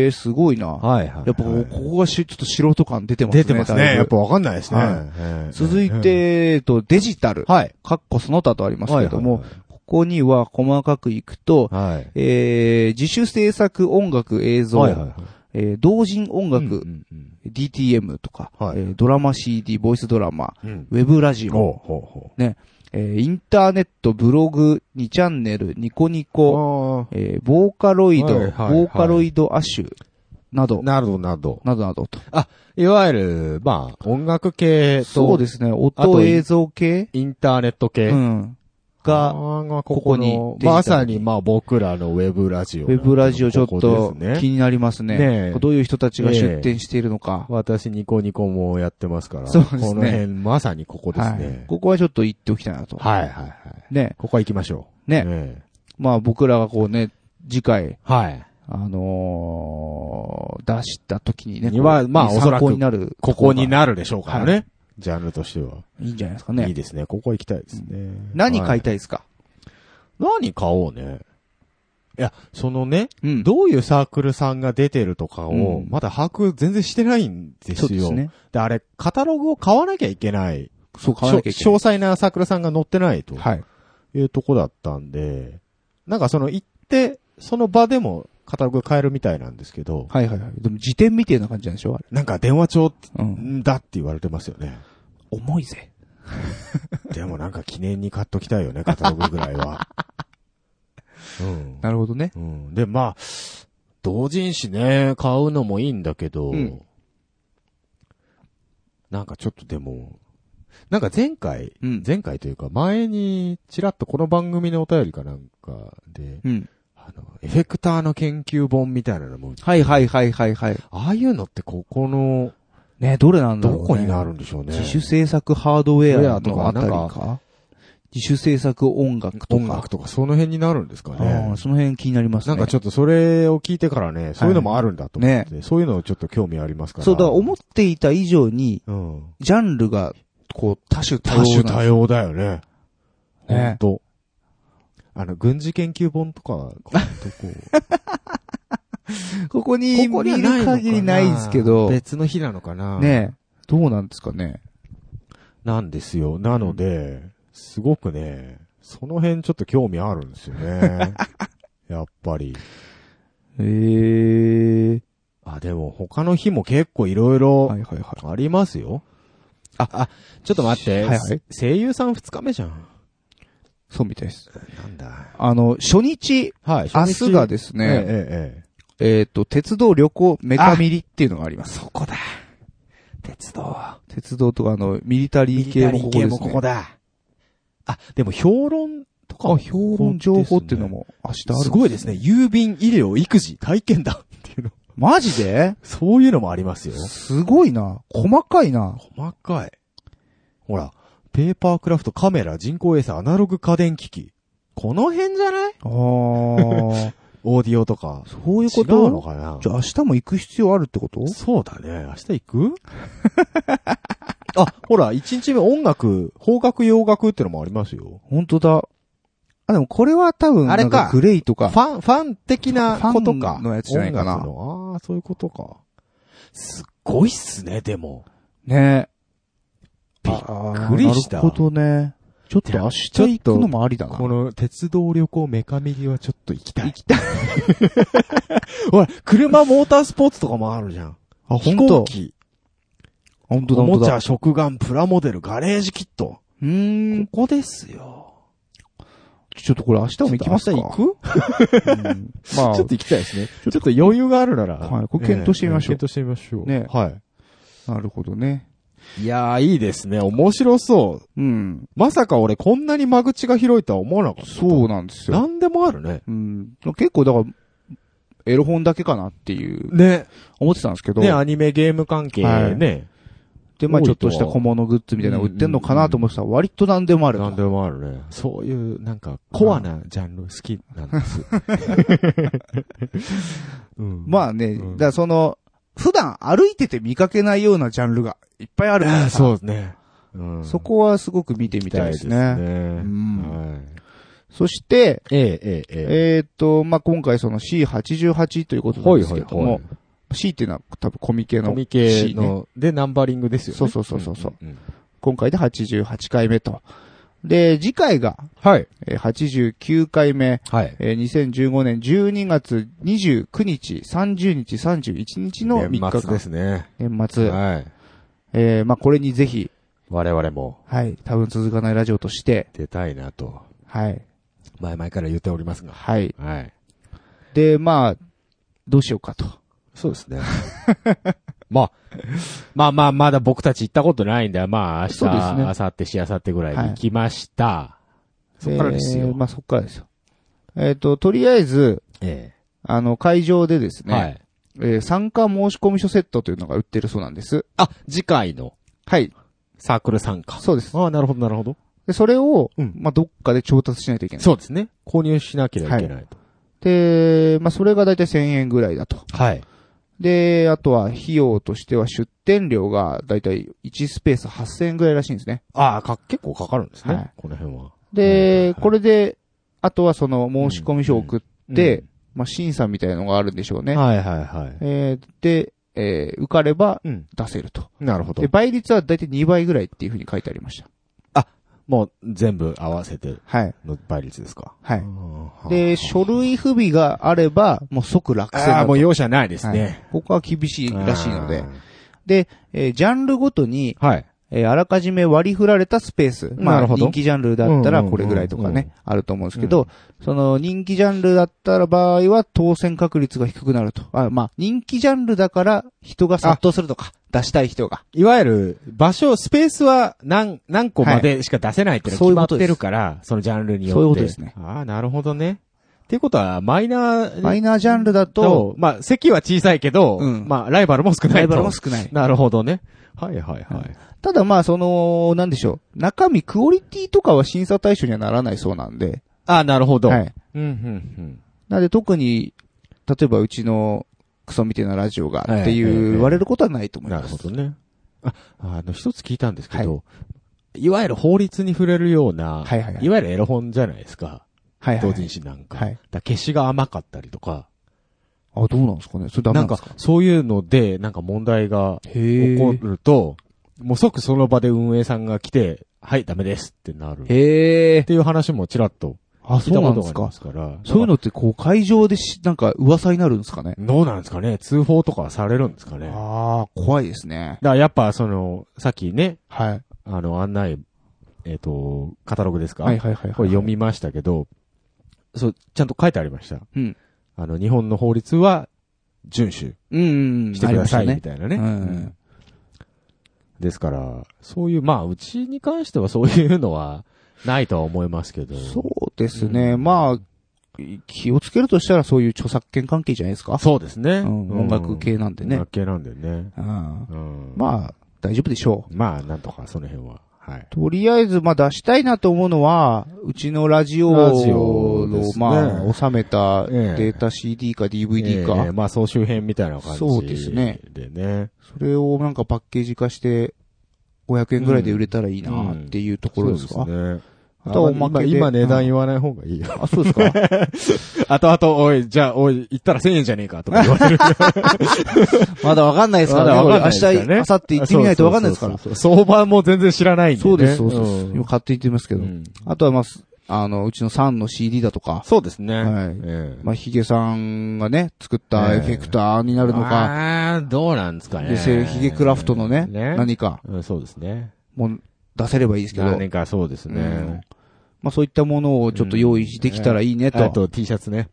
すごいな。 はい。 やっぱここがちょっと素人感出てますね。 出てますね。やっぱわかんないですね。 続いて、デジタル。 はい。 かっこその他とありますけれども、ここには細かくいくと、自主制作音楽映像、同人音楽、DTM とか、ドラマ CD、ボイスドラマ、ウェブラジオ、ね、インターネット、ブログ、2チャンネル、ニコニコ、ボーカロイド、ボーカロイドアッシュ、などと。 いわゆる、音楽系と、 そうですね、音映像系、 インターネット系、が、ここに、まさに僕らのウェブラジオ。 ウェブラジオちょっと気になりますね。どういう人たちが出展しているのか。 私ニコニコもやってますから。 そうですね。 この辺まさにここですね。 ここはちょっと行っておきたいなと。 はい。 ね。 ここは行きましょう。ね。僕らがこうね、次回。 はい。 出した時にね。 おそらく、 ここになるでしょうからね。ジャンルとしては。 いいんじゃないですかね。 いいですね。ここ行きたいですね。 何買いたいですか？ 何買おうね。いや、そのね、どういうサークルさんが出てるとかを、まだ把握全然してないんですよ。そうですね。で、あれ、カタログを買わなきゃいけない。 そう、買わなきゃいけない。 詳細なサークルさんが載ってないと。はい。いうとこだったんで、なんか行って、その場でもカタログ買えるみたいなんですけど。 はい。でも辞典みたいな感じなんでしょ？ なんか電話帳だって言われてますよね。 重いぜ。 でもなんか記念に買っときたいよね、カタログぐらいは。 なるほどね。 で、同人誌ね、買うのもいいんだけど、なんかちょっとでも、なんか前回というか前にちらっとこの番組のお便りかなんかで、エフェクターの研究本みたいなのも。 はい。ああいうのってここの、 ね、どれなんだろうね。 どこになるんでしょうね。 自主制作ハードウェアとかあたりか。自主制作音楽とか。 その辺になるんですかね。 その辺気になりますね。 なんかちょっとそれを聞いてからね、そういうのもあるんだと思って、そういうのをちょっと興味ありますから。 そうだ、思っていた以上に、ジャンルが、こう、多種多様だよね。ほんと。軍事研究本とか、ここに見る限りないですけど。別の日なのかな。 ね、どうなんですかね。 なんですよ。なので、すごくね、その辺ちょっと興味あるんですよね。やっぱり。でも他の日も結構いろいろありますよ。ちょっと待って。声優さん2日目じゃん。 そうみたいです。 なんだ。 初日、明日がですね、 鉄道旅行メカミリっていうのがあります。 そこだ。鉄道とかミリタリー系もここですね。 もここだ。あ、でも評論とか。 評論情報っていうのも明日ある。 すごいですね。郵便、医療、育児、体験談っていうの。 マジで？ そういうのもありますよ。 すごいな。細かいな。 細かい。ほら、ペーパークラフト、カメラ、人工衛星、アナログ家電機器。この辺じゃない？オーディオとか。 そういうこと？ 違うのかな？ じゃあ明日も行く必要あるってこと？ そうだね。明日行く？あ、ほら、1日目音楽、邦楽洋楽ってのもありますよ。 本当だ。あ、でもこれは多分、あれか。グレイとか。 ファン的なことか。 ファンのやつじゃないかな。 ああ、そういうことか。すっごいっすね、でも。 ねびっくりした。 なるほどね。ちょっと明日行くのもありだな。 この鉄道旅行メカミリはちょっと行きたい。ほら、車モータースポーツとかもあるじゃん。 あ、 飛行機。 本当だ。 おもちゃ、食玩、プラモデル、ガレージキット。ここですよ。 ちょっとこれ明日も行きますか？ 明日行く？まあ。ちょっと行きたいですね。ちょっと余裕があるなら。 はい。これ検討してみましょう。 検討してみましょう。 ね。 はい。 なるほどね。 いやー、いいですね。面白そう。 うん。 まさか俺こんなに間口が広いとは思わなかった。 そうなんですよ。 なんでもあるね。 うん。結構だから、エロ本だけかなっていう。 ね。 思ってたんですけど。 ね、アニメゲーム関係ね。はい、 で、まあちょっとした小物グッズみたいなの売ってんのかなと思ってたら割と何でもある。 何でもあるね。そういう、なんか、コアなジャンル好きなんです。 うん、まあね、だから普段歩いてて見かけないようなジャンルがいっぱいあるからさ。 そうですね。 そこはすごく見てみたいですね。 はい。 そして、まあ、今回その C88 ということなんですけども、C っていうのは多分コミケの C、ね。 コミケの、でナンバリングですよね。 そう。今回で88回目と。で、次回が、 はい。 89回目。 はい。 2015年12月29日、30日、31日の3日間。 年末ですね。 年末。 はい。 まあ、これにぜひ。 我々も。 はい。多分続かないラジオとして。 出たいなと。 はい。 前々から言っておりますが。 はい。 はい。 で、まあ、どうしようかと。 そうですね。まだ僕たち行ったことないんで、まあ明日、明後日、しあさってぐらいに行きました。はい、そっからですよ。 まあそっからですよ。とりあえず、会場でですね、はい、参加申し込み書セットというのが売ってるそうなんです。 あ、次回の。 はい。 サークル参加。 そうです。 ああ、なるほど、なるほど。 で、それを、まあどっかで調達しないといけない。 そうですね。購入しなければいけないと。 で、まあそれがだいたい1000円ぐらいだと。 はい。 で、あとは費用としては出店料がだいたい1スペース8000円ぐらいらしいんですね。 ああ、結構かかるんですね。はい、この辺は。 で、これで、あとはその申し込み書を送って、まあ審査みたいなのがあるんでしょうね。 はいはいはい。 で、受かれば出せると。 なるほど。 で、倍率はだいたい2倍ぐらいっていうふうに書いてありました。 もう全部合わせての倍率ですか。 はい。で、書類不備があれば、もう即落選だと。 ああ、もう容赦ないですね。 ここは厳しいらしいので。で、ジャンルごとに、はい。あらかじめ割り振られたスペース。まあ、人気ジャンルだったらこれぐらいとかね、あると思うんですけど、その人気ジャンルだったら場合は当選確率が低くなると。まあ、人気ジャンルだから人が殺到するとか、出したい人が。 いわゆる場所、スペースは何個までしか出せないっていうのが決まってるから、そのジャンルによって。 そういうことですね。 ああ、なるほどね。っていうことは、マイナージャンルだと、 まあ、席は小さいけど、まあ、ライバルも少ないと。 ライバルも少ない。 なるほどね。はいはいはい。 ただまあ、なんでしょう。中身、クオリティとかは審査対象にはならないそうなんで。 ああ、なるほど。はい。 なので特に、例えばうちのクソみたいなラジオがって言われることはないと思います。 なるほどね。一つ聞いたんですけど、いわゆる法律に触れるような、いわゆるエロ本じゃないですか。同人誌なんか。消しが甘かったりとか。 どうなんですかね。それダメなんですか？ なんか、そういうので、なんか問題が起こると、もう即その場で運営さんが来て、はい、ダメですってなる。っていう話もちらっと聞いたことがありますから。 そういうのって会場でなんか噂になるんですかね？ どうなんですかね？通報とかされるんですかね？ 怖いですね。 だからやっぱさっきね、 はい。 案内、カタログですか？ はい。 これ読みましたけど、ちゃんと書いてありました。 うん。 日本の法律は、 遵守してくださいみたいなね。ですから、そういう、まあ、うちに関してはそういうのはないとは思いますけど。 そうですね。まあ、気をつけるとしたらそういう著作権関係じゃないですか。 そうですね。 音楽系なんでね。 音楽系なんでね。 まあ、大丈夫でしょう。まあ、なんとかその辺は。はい。 とりあえず、まあ出したいなと思うのは、うちのラジオの、まあ、収めたデータ CD か DVD か。 まあ、総集編みたいな感じで。 そうですね。 でね。 それをなんかパッケージ化して、500円ぐらいで売れたらいいなっていうところですか。 そうですね。 あとはおまけで。 今値段言わない方がいいよ。 あ、そうですか。 あと、おい、じゃあ、おい、言ったら1000円じゃねえかとか言われる。 まだわかんないですからね。明日、明後日行ってみないとわかんないですから。 相場も全然知らないんでね。 そうです、そうです。今買って行ってますけど。あとはまあ、うちのサンの CD だとか。 そうですね。 はい。まあ、ヒゲさんがね、作ったエフェクターになるのか。 どうなんですかね。 で、ヒゲクラフトのね、何か。 そうですね。 もう、出せればいいですけど。 何かそうですね。 まあそういったものをちょっと用意できたらいいねと。 あと T シャツね。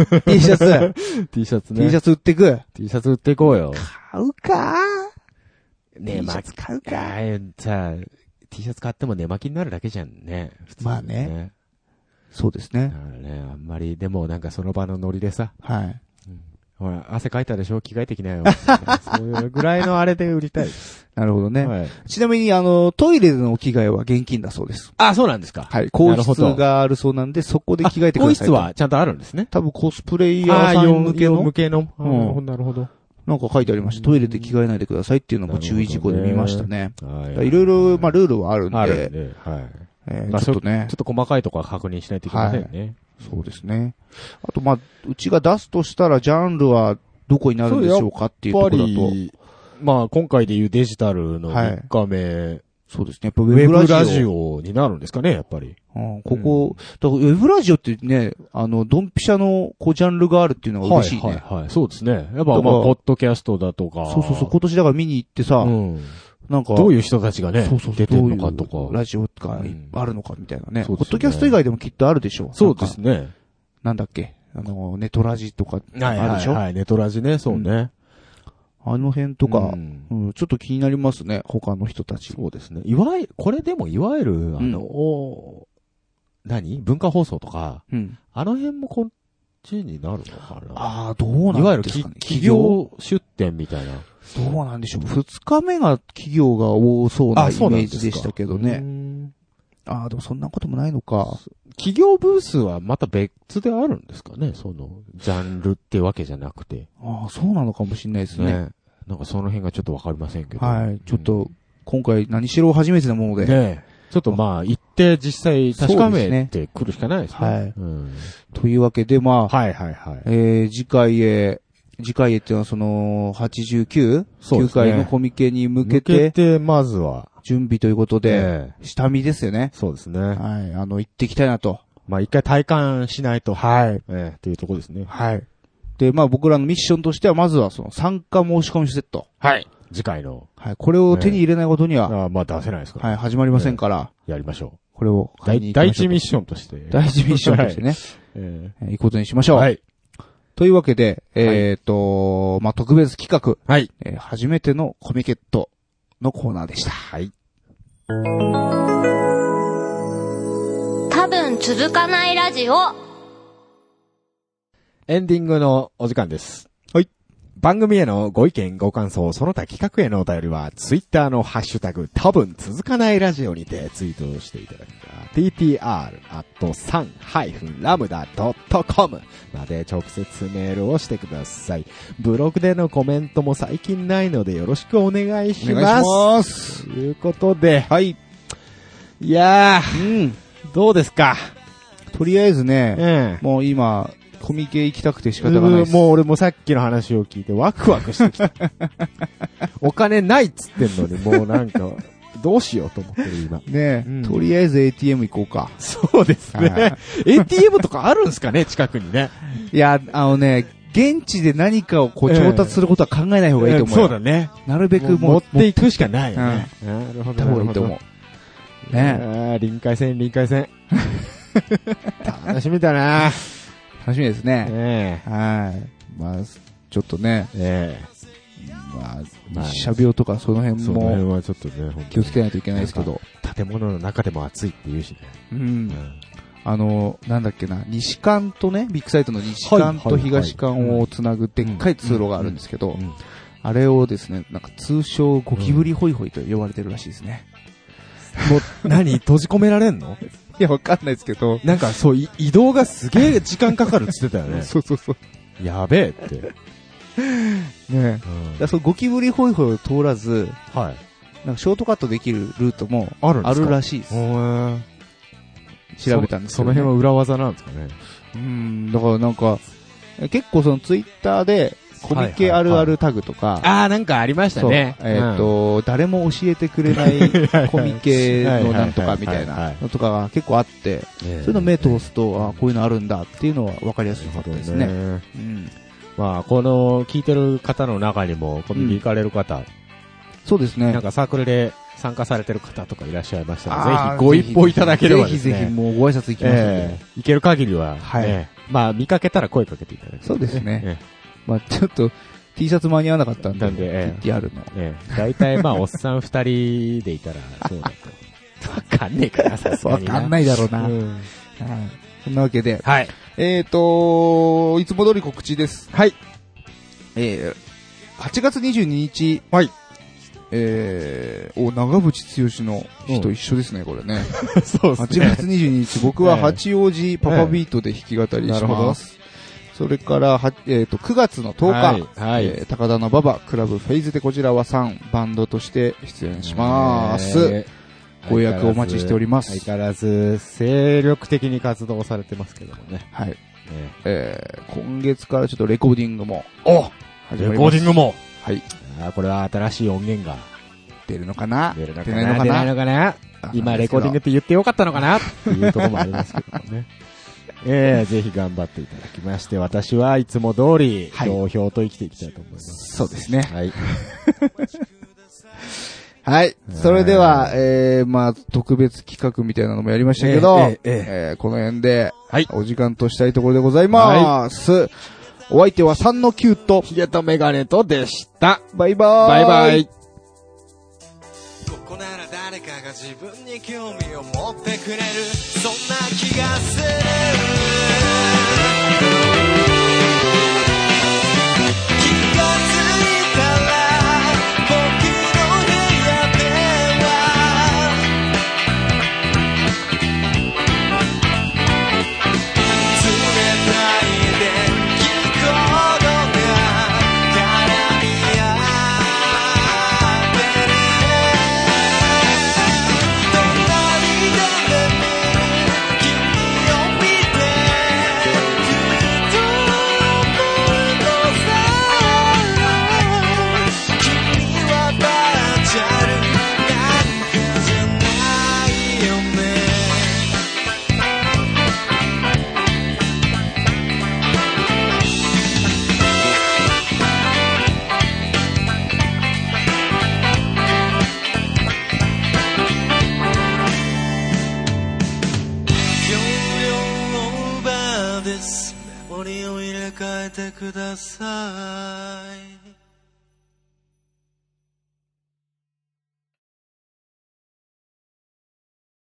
T シャツ。 T シャツね。 T シャツ売ってく。 T シャツ売っていこうよ。 買うかね、まあ、買うか。さあ、T シャツ買っても寝巻きになるだけじゃんね。 まあね。そうですね。 あんまり、でもなんかその場のノリでさ。 はい。 ほら、汗かいたでしょ着替えてきなよ。そういうぐらいのあれで売りたい。 なるほどね。はい、ちなみに、トイレでのお着替えは現金だそうです。 あ、そうなんですか。 はい。更衣室があるそうなんで、そこで着替えてください。 更衣室はちゃんとあるんですね。 多分コスプレイヤーさん向けの。 向けの。なるほど。 なんか書いてありました。トイレで着替えないでくださいっていうのも注意事項で見ましたね。いろいろ、まあ、ルールはあるんで。 あるんで、はい。ちょっとね。ちょっと細かいところは確認しないといけませんね。 そうですね。あと、まあ、うちが出すとしたら、ジャンルはどこになるんでしょうかっていうところだと。 まあ、今回でいうデジタルの3日目。 そうですね。やっぱウェブラジオになるんですかね、やっぱり。 ここ、だからウェブラジオってね、ドンピシャの、ジャンルがあるっていうのが嬉しいね。 はい。そうですね。やっぱ、まあ、ポッドキャストだとか。 そう。今年だから見に行ってさ、なんか。 どういう人たちがね、出てるのかとか。 ラジオがあるのかみたいなね。ポッドキャスト以外でもきっとあるでしょ。 そうですね。 なんだっけネトラジとかあるでしょ。 はい、ネトラジね、そうね。 あの辺とか、ちょっと気になりますね、他の人たち。 そうですね。これでもいわゆる、文化放送とか、あの辺もこっちになるのかな。 ああ、どうなんですかね。 いわゆる企業出展みたいな。 どうなんでしょう。2日目が企業が多そうなイメージでしたけどね。ああ、でもそんなこともないのか。 企業ブースはまた別であるんですかね、その、ジャンルってわけじゃなくて。 ああ、そうなのかもしれないですね。 なんかその辺がちょっとわかりませんけど。 はい。ちょっと、今回何しろ初めてなもので。 ねちょっとまあ、行って実際確かめてくるしかないですね。 はい。というわけで、まあ。次回へっていうのはその、89? 9回のコミケに向けて、 まずは、 準備ということで、下見ですよね。 そうですね。 はい。行ってきたいなと。 まあ一回体感しないと。 はい。 っていうところですね。 はい。で、まあ僕らのミッションとしては、まずはその参加申し込みセット。 はい。次回の。 はい。これを手に入れないことには。 まあ出せないですから。 はい。始まりませんから。 やりましょう。 これを第一ミッションとして。 第一ミッションとしてね。行くことにしましょう。はい。というわけで、まあ特別企画。 はい。 初めてのコミケットのコーナーでした。 はい。 多分続かないラジオ。 エンディングのお時間です。 はい。 番組へのご意見ご感想、その他企画へのお便りは、ツイッターのハッシュタグ、多分続かないラジオにてツイートしていただくか、ttr@san-lambda.com まで直接メールをしてください。ブログでのコメントも最近ないのでよろしくお願いします。お願いします。ということで、 はい。 いやー、どうですか？ とりあえずね、もう今、コミケ行きたくて仕方がないです。 もう俺もさっきの話を聞いてワクワクしてきた。お金ないっつってんのにもうなんか、どうしようと思ってる今。 ねとりあえず ATM 行こうか。 そうですね。ATM とかあるんすかね近くにね。 いや、現地で何かを調達することは考えない方がいいと思う。 そうだね。 なるべく持っていくしかないよね。 なるほど。方がいいと思う。 ね臨海線。楽しみだな。 楽しみですね。はい。まあ、 ちょっとね。まあ、日射病とかその辺も、 はちょっとね、 気をつけないといけないですけど。 建物の中でも暑いって言うしね。 うん。なんだっけな、西館とね、ビッグサイトの西館と東館をつなぐでっかい通路があるんですけど、あれをですね、なんか通称ゴキブリホイホイと呼ばれてるらしいですね。 もう、閉じ込められんの？ いや、わかんないですけど。 なんかそう、移動がすげえ時間かかるって言ってたよね。 そうそうそう。 やべえって。 ねえ。そうゴキブリホイホイを通らず、 はい。 なんかショートカットできるルートもあるらしいです。調べたんですけど、ね、 その辺は裏技なんですかね。 だからなんか、結構そのツイッターで、コミケあるあるタグとか、 なんかありましたね。 誰も教えてくれないコミケのなんとかみたいなのとかが結構あって、そういうの目通すと、こういうのあるんだっていうのは分かりやすかったですね。 まあ、この聞いてる方の中にもコミケ行かれる方、 そうですね。 なんかサークルで参加されてる方とかいらっしゃいましたら、ぜひご一報いただければですね。 ぜひもうご挨拶行きますので。 行ける限りは、まあ見かけたら声かけていただければ。 そうですね。まあちょっと T シャツ間に合わなかったんで、TTR の。 大体まあおっさん二人でいたらそうだと。わかんねえからさすがに。 わかんないだろうな。そんなわけで。 はい。 いつも通り告知です。 はい。 8月22日。 はい。 長渕剛の日と一緒ですね、これね。 そうですね。 8月22日、僕は八王子パパビートで弾き語りします。それから、9月の10日、高田馬場クラブフェイズでこちらは3バンドとして出演します。ご予約お待ちしております。 相変わらず精力的に活動されてますけどもね。 はい。今月からちょっとレコーディングも始まります。レコーディングも。 はい。 これは新しい音源が出るのかな？ 出ないのかな？今レコーディングって言ってよかったのかなっていうところもありますけどもね。ぜひ頑張っていただきまして、私はいつも通り、ひょうひょうと生きていきたいと思います。 そうですね。 はい。 はい。それでは、まあ、特別企画みたいなのもやりましたけど、この辺で、お時間としたいところでございます。お相手は3の9と、 ヒゲとメガネとでした。 バイバーイ。 バイバイ。 ここなら誰かが自分に興味を持ってくれる、そんな気がする。気がついたら僕の部屋では冷たい電気コードが絡み合ってる。隣で眠る君を見てふと思うのさ、君はバーチャルなんかじゃないよね。容量オーバーです。メモリを入れ替えてください。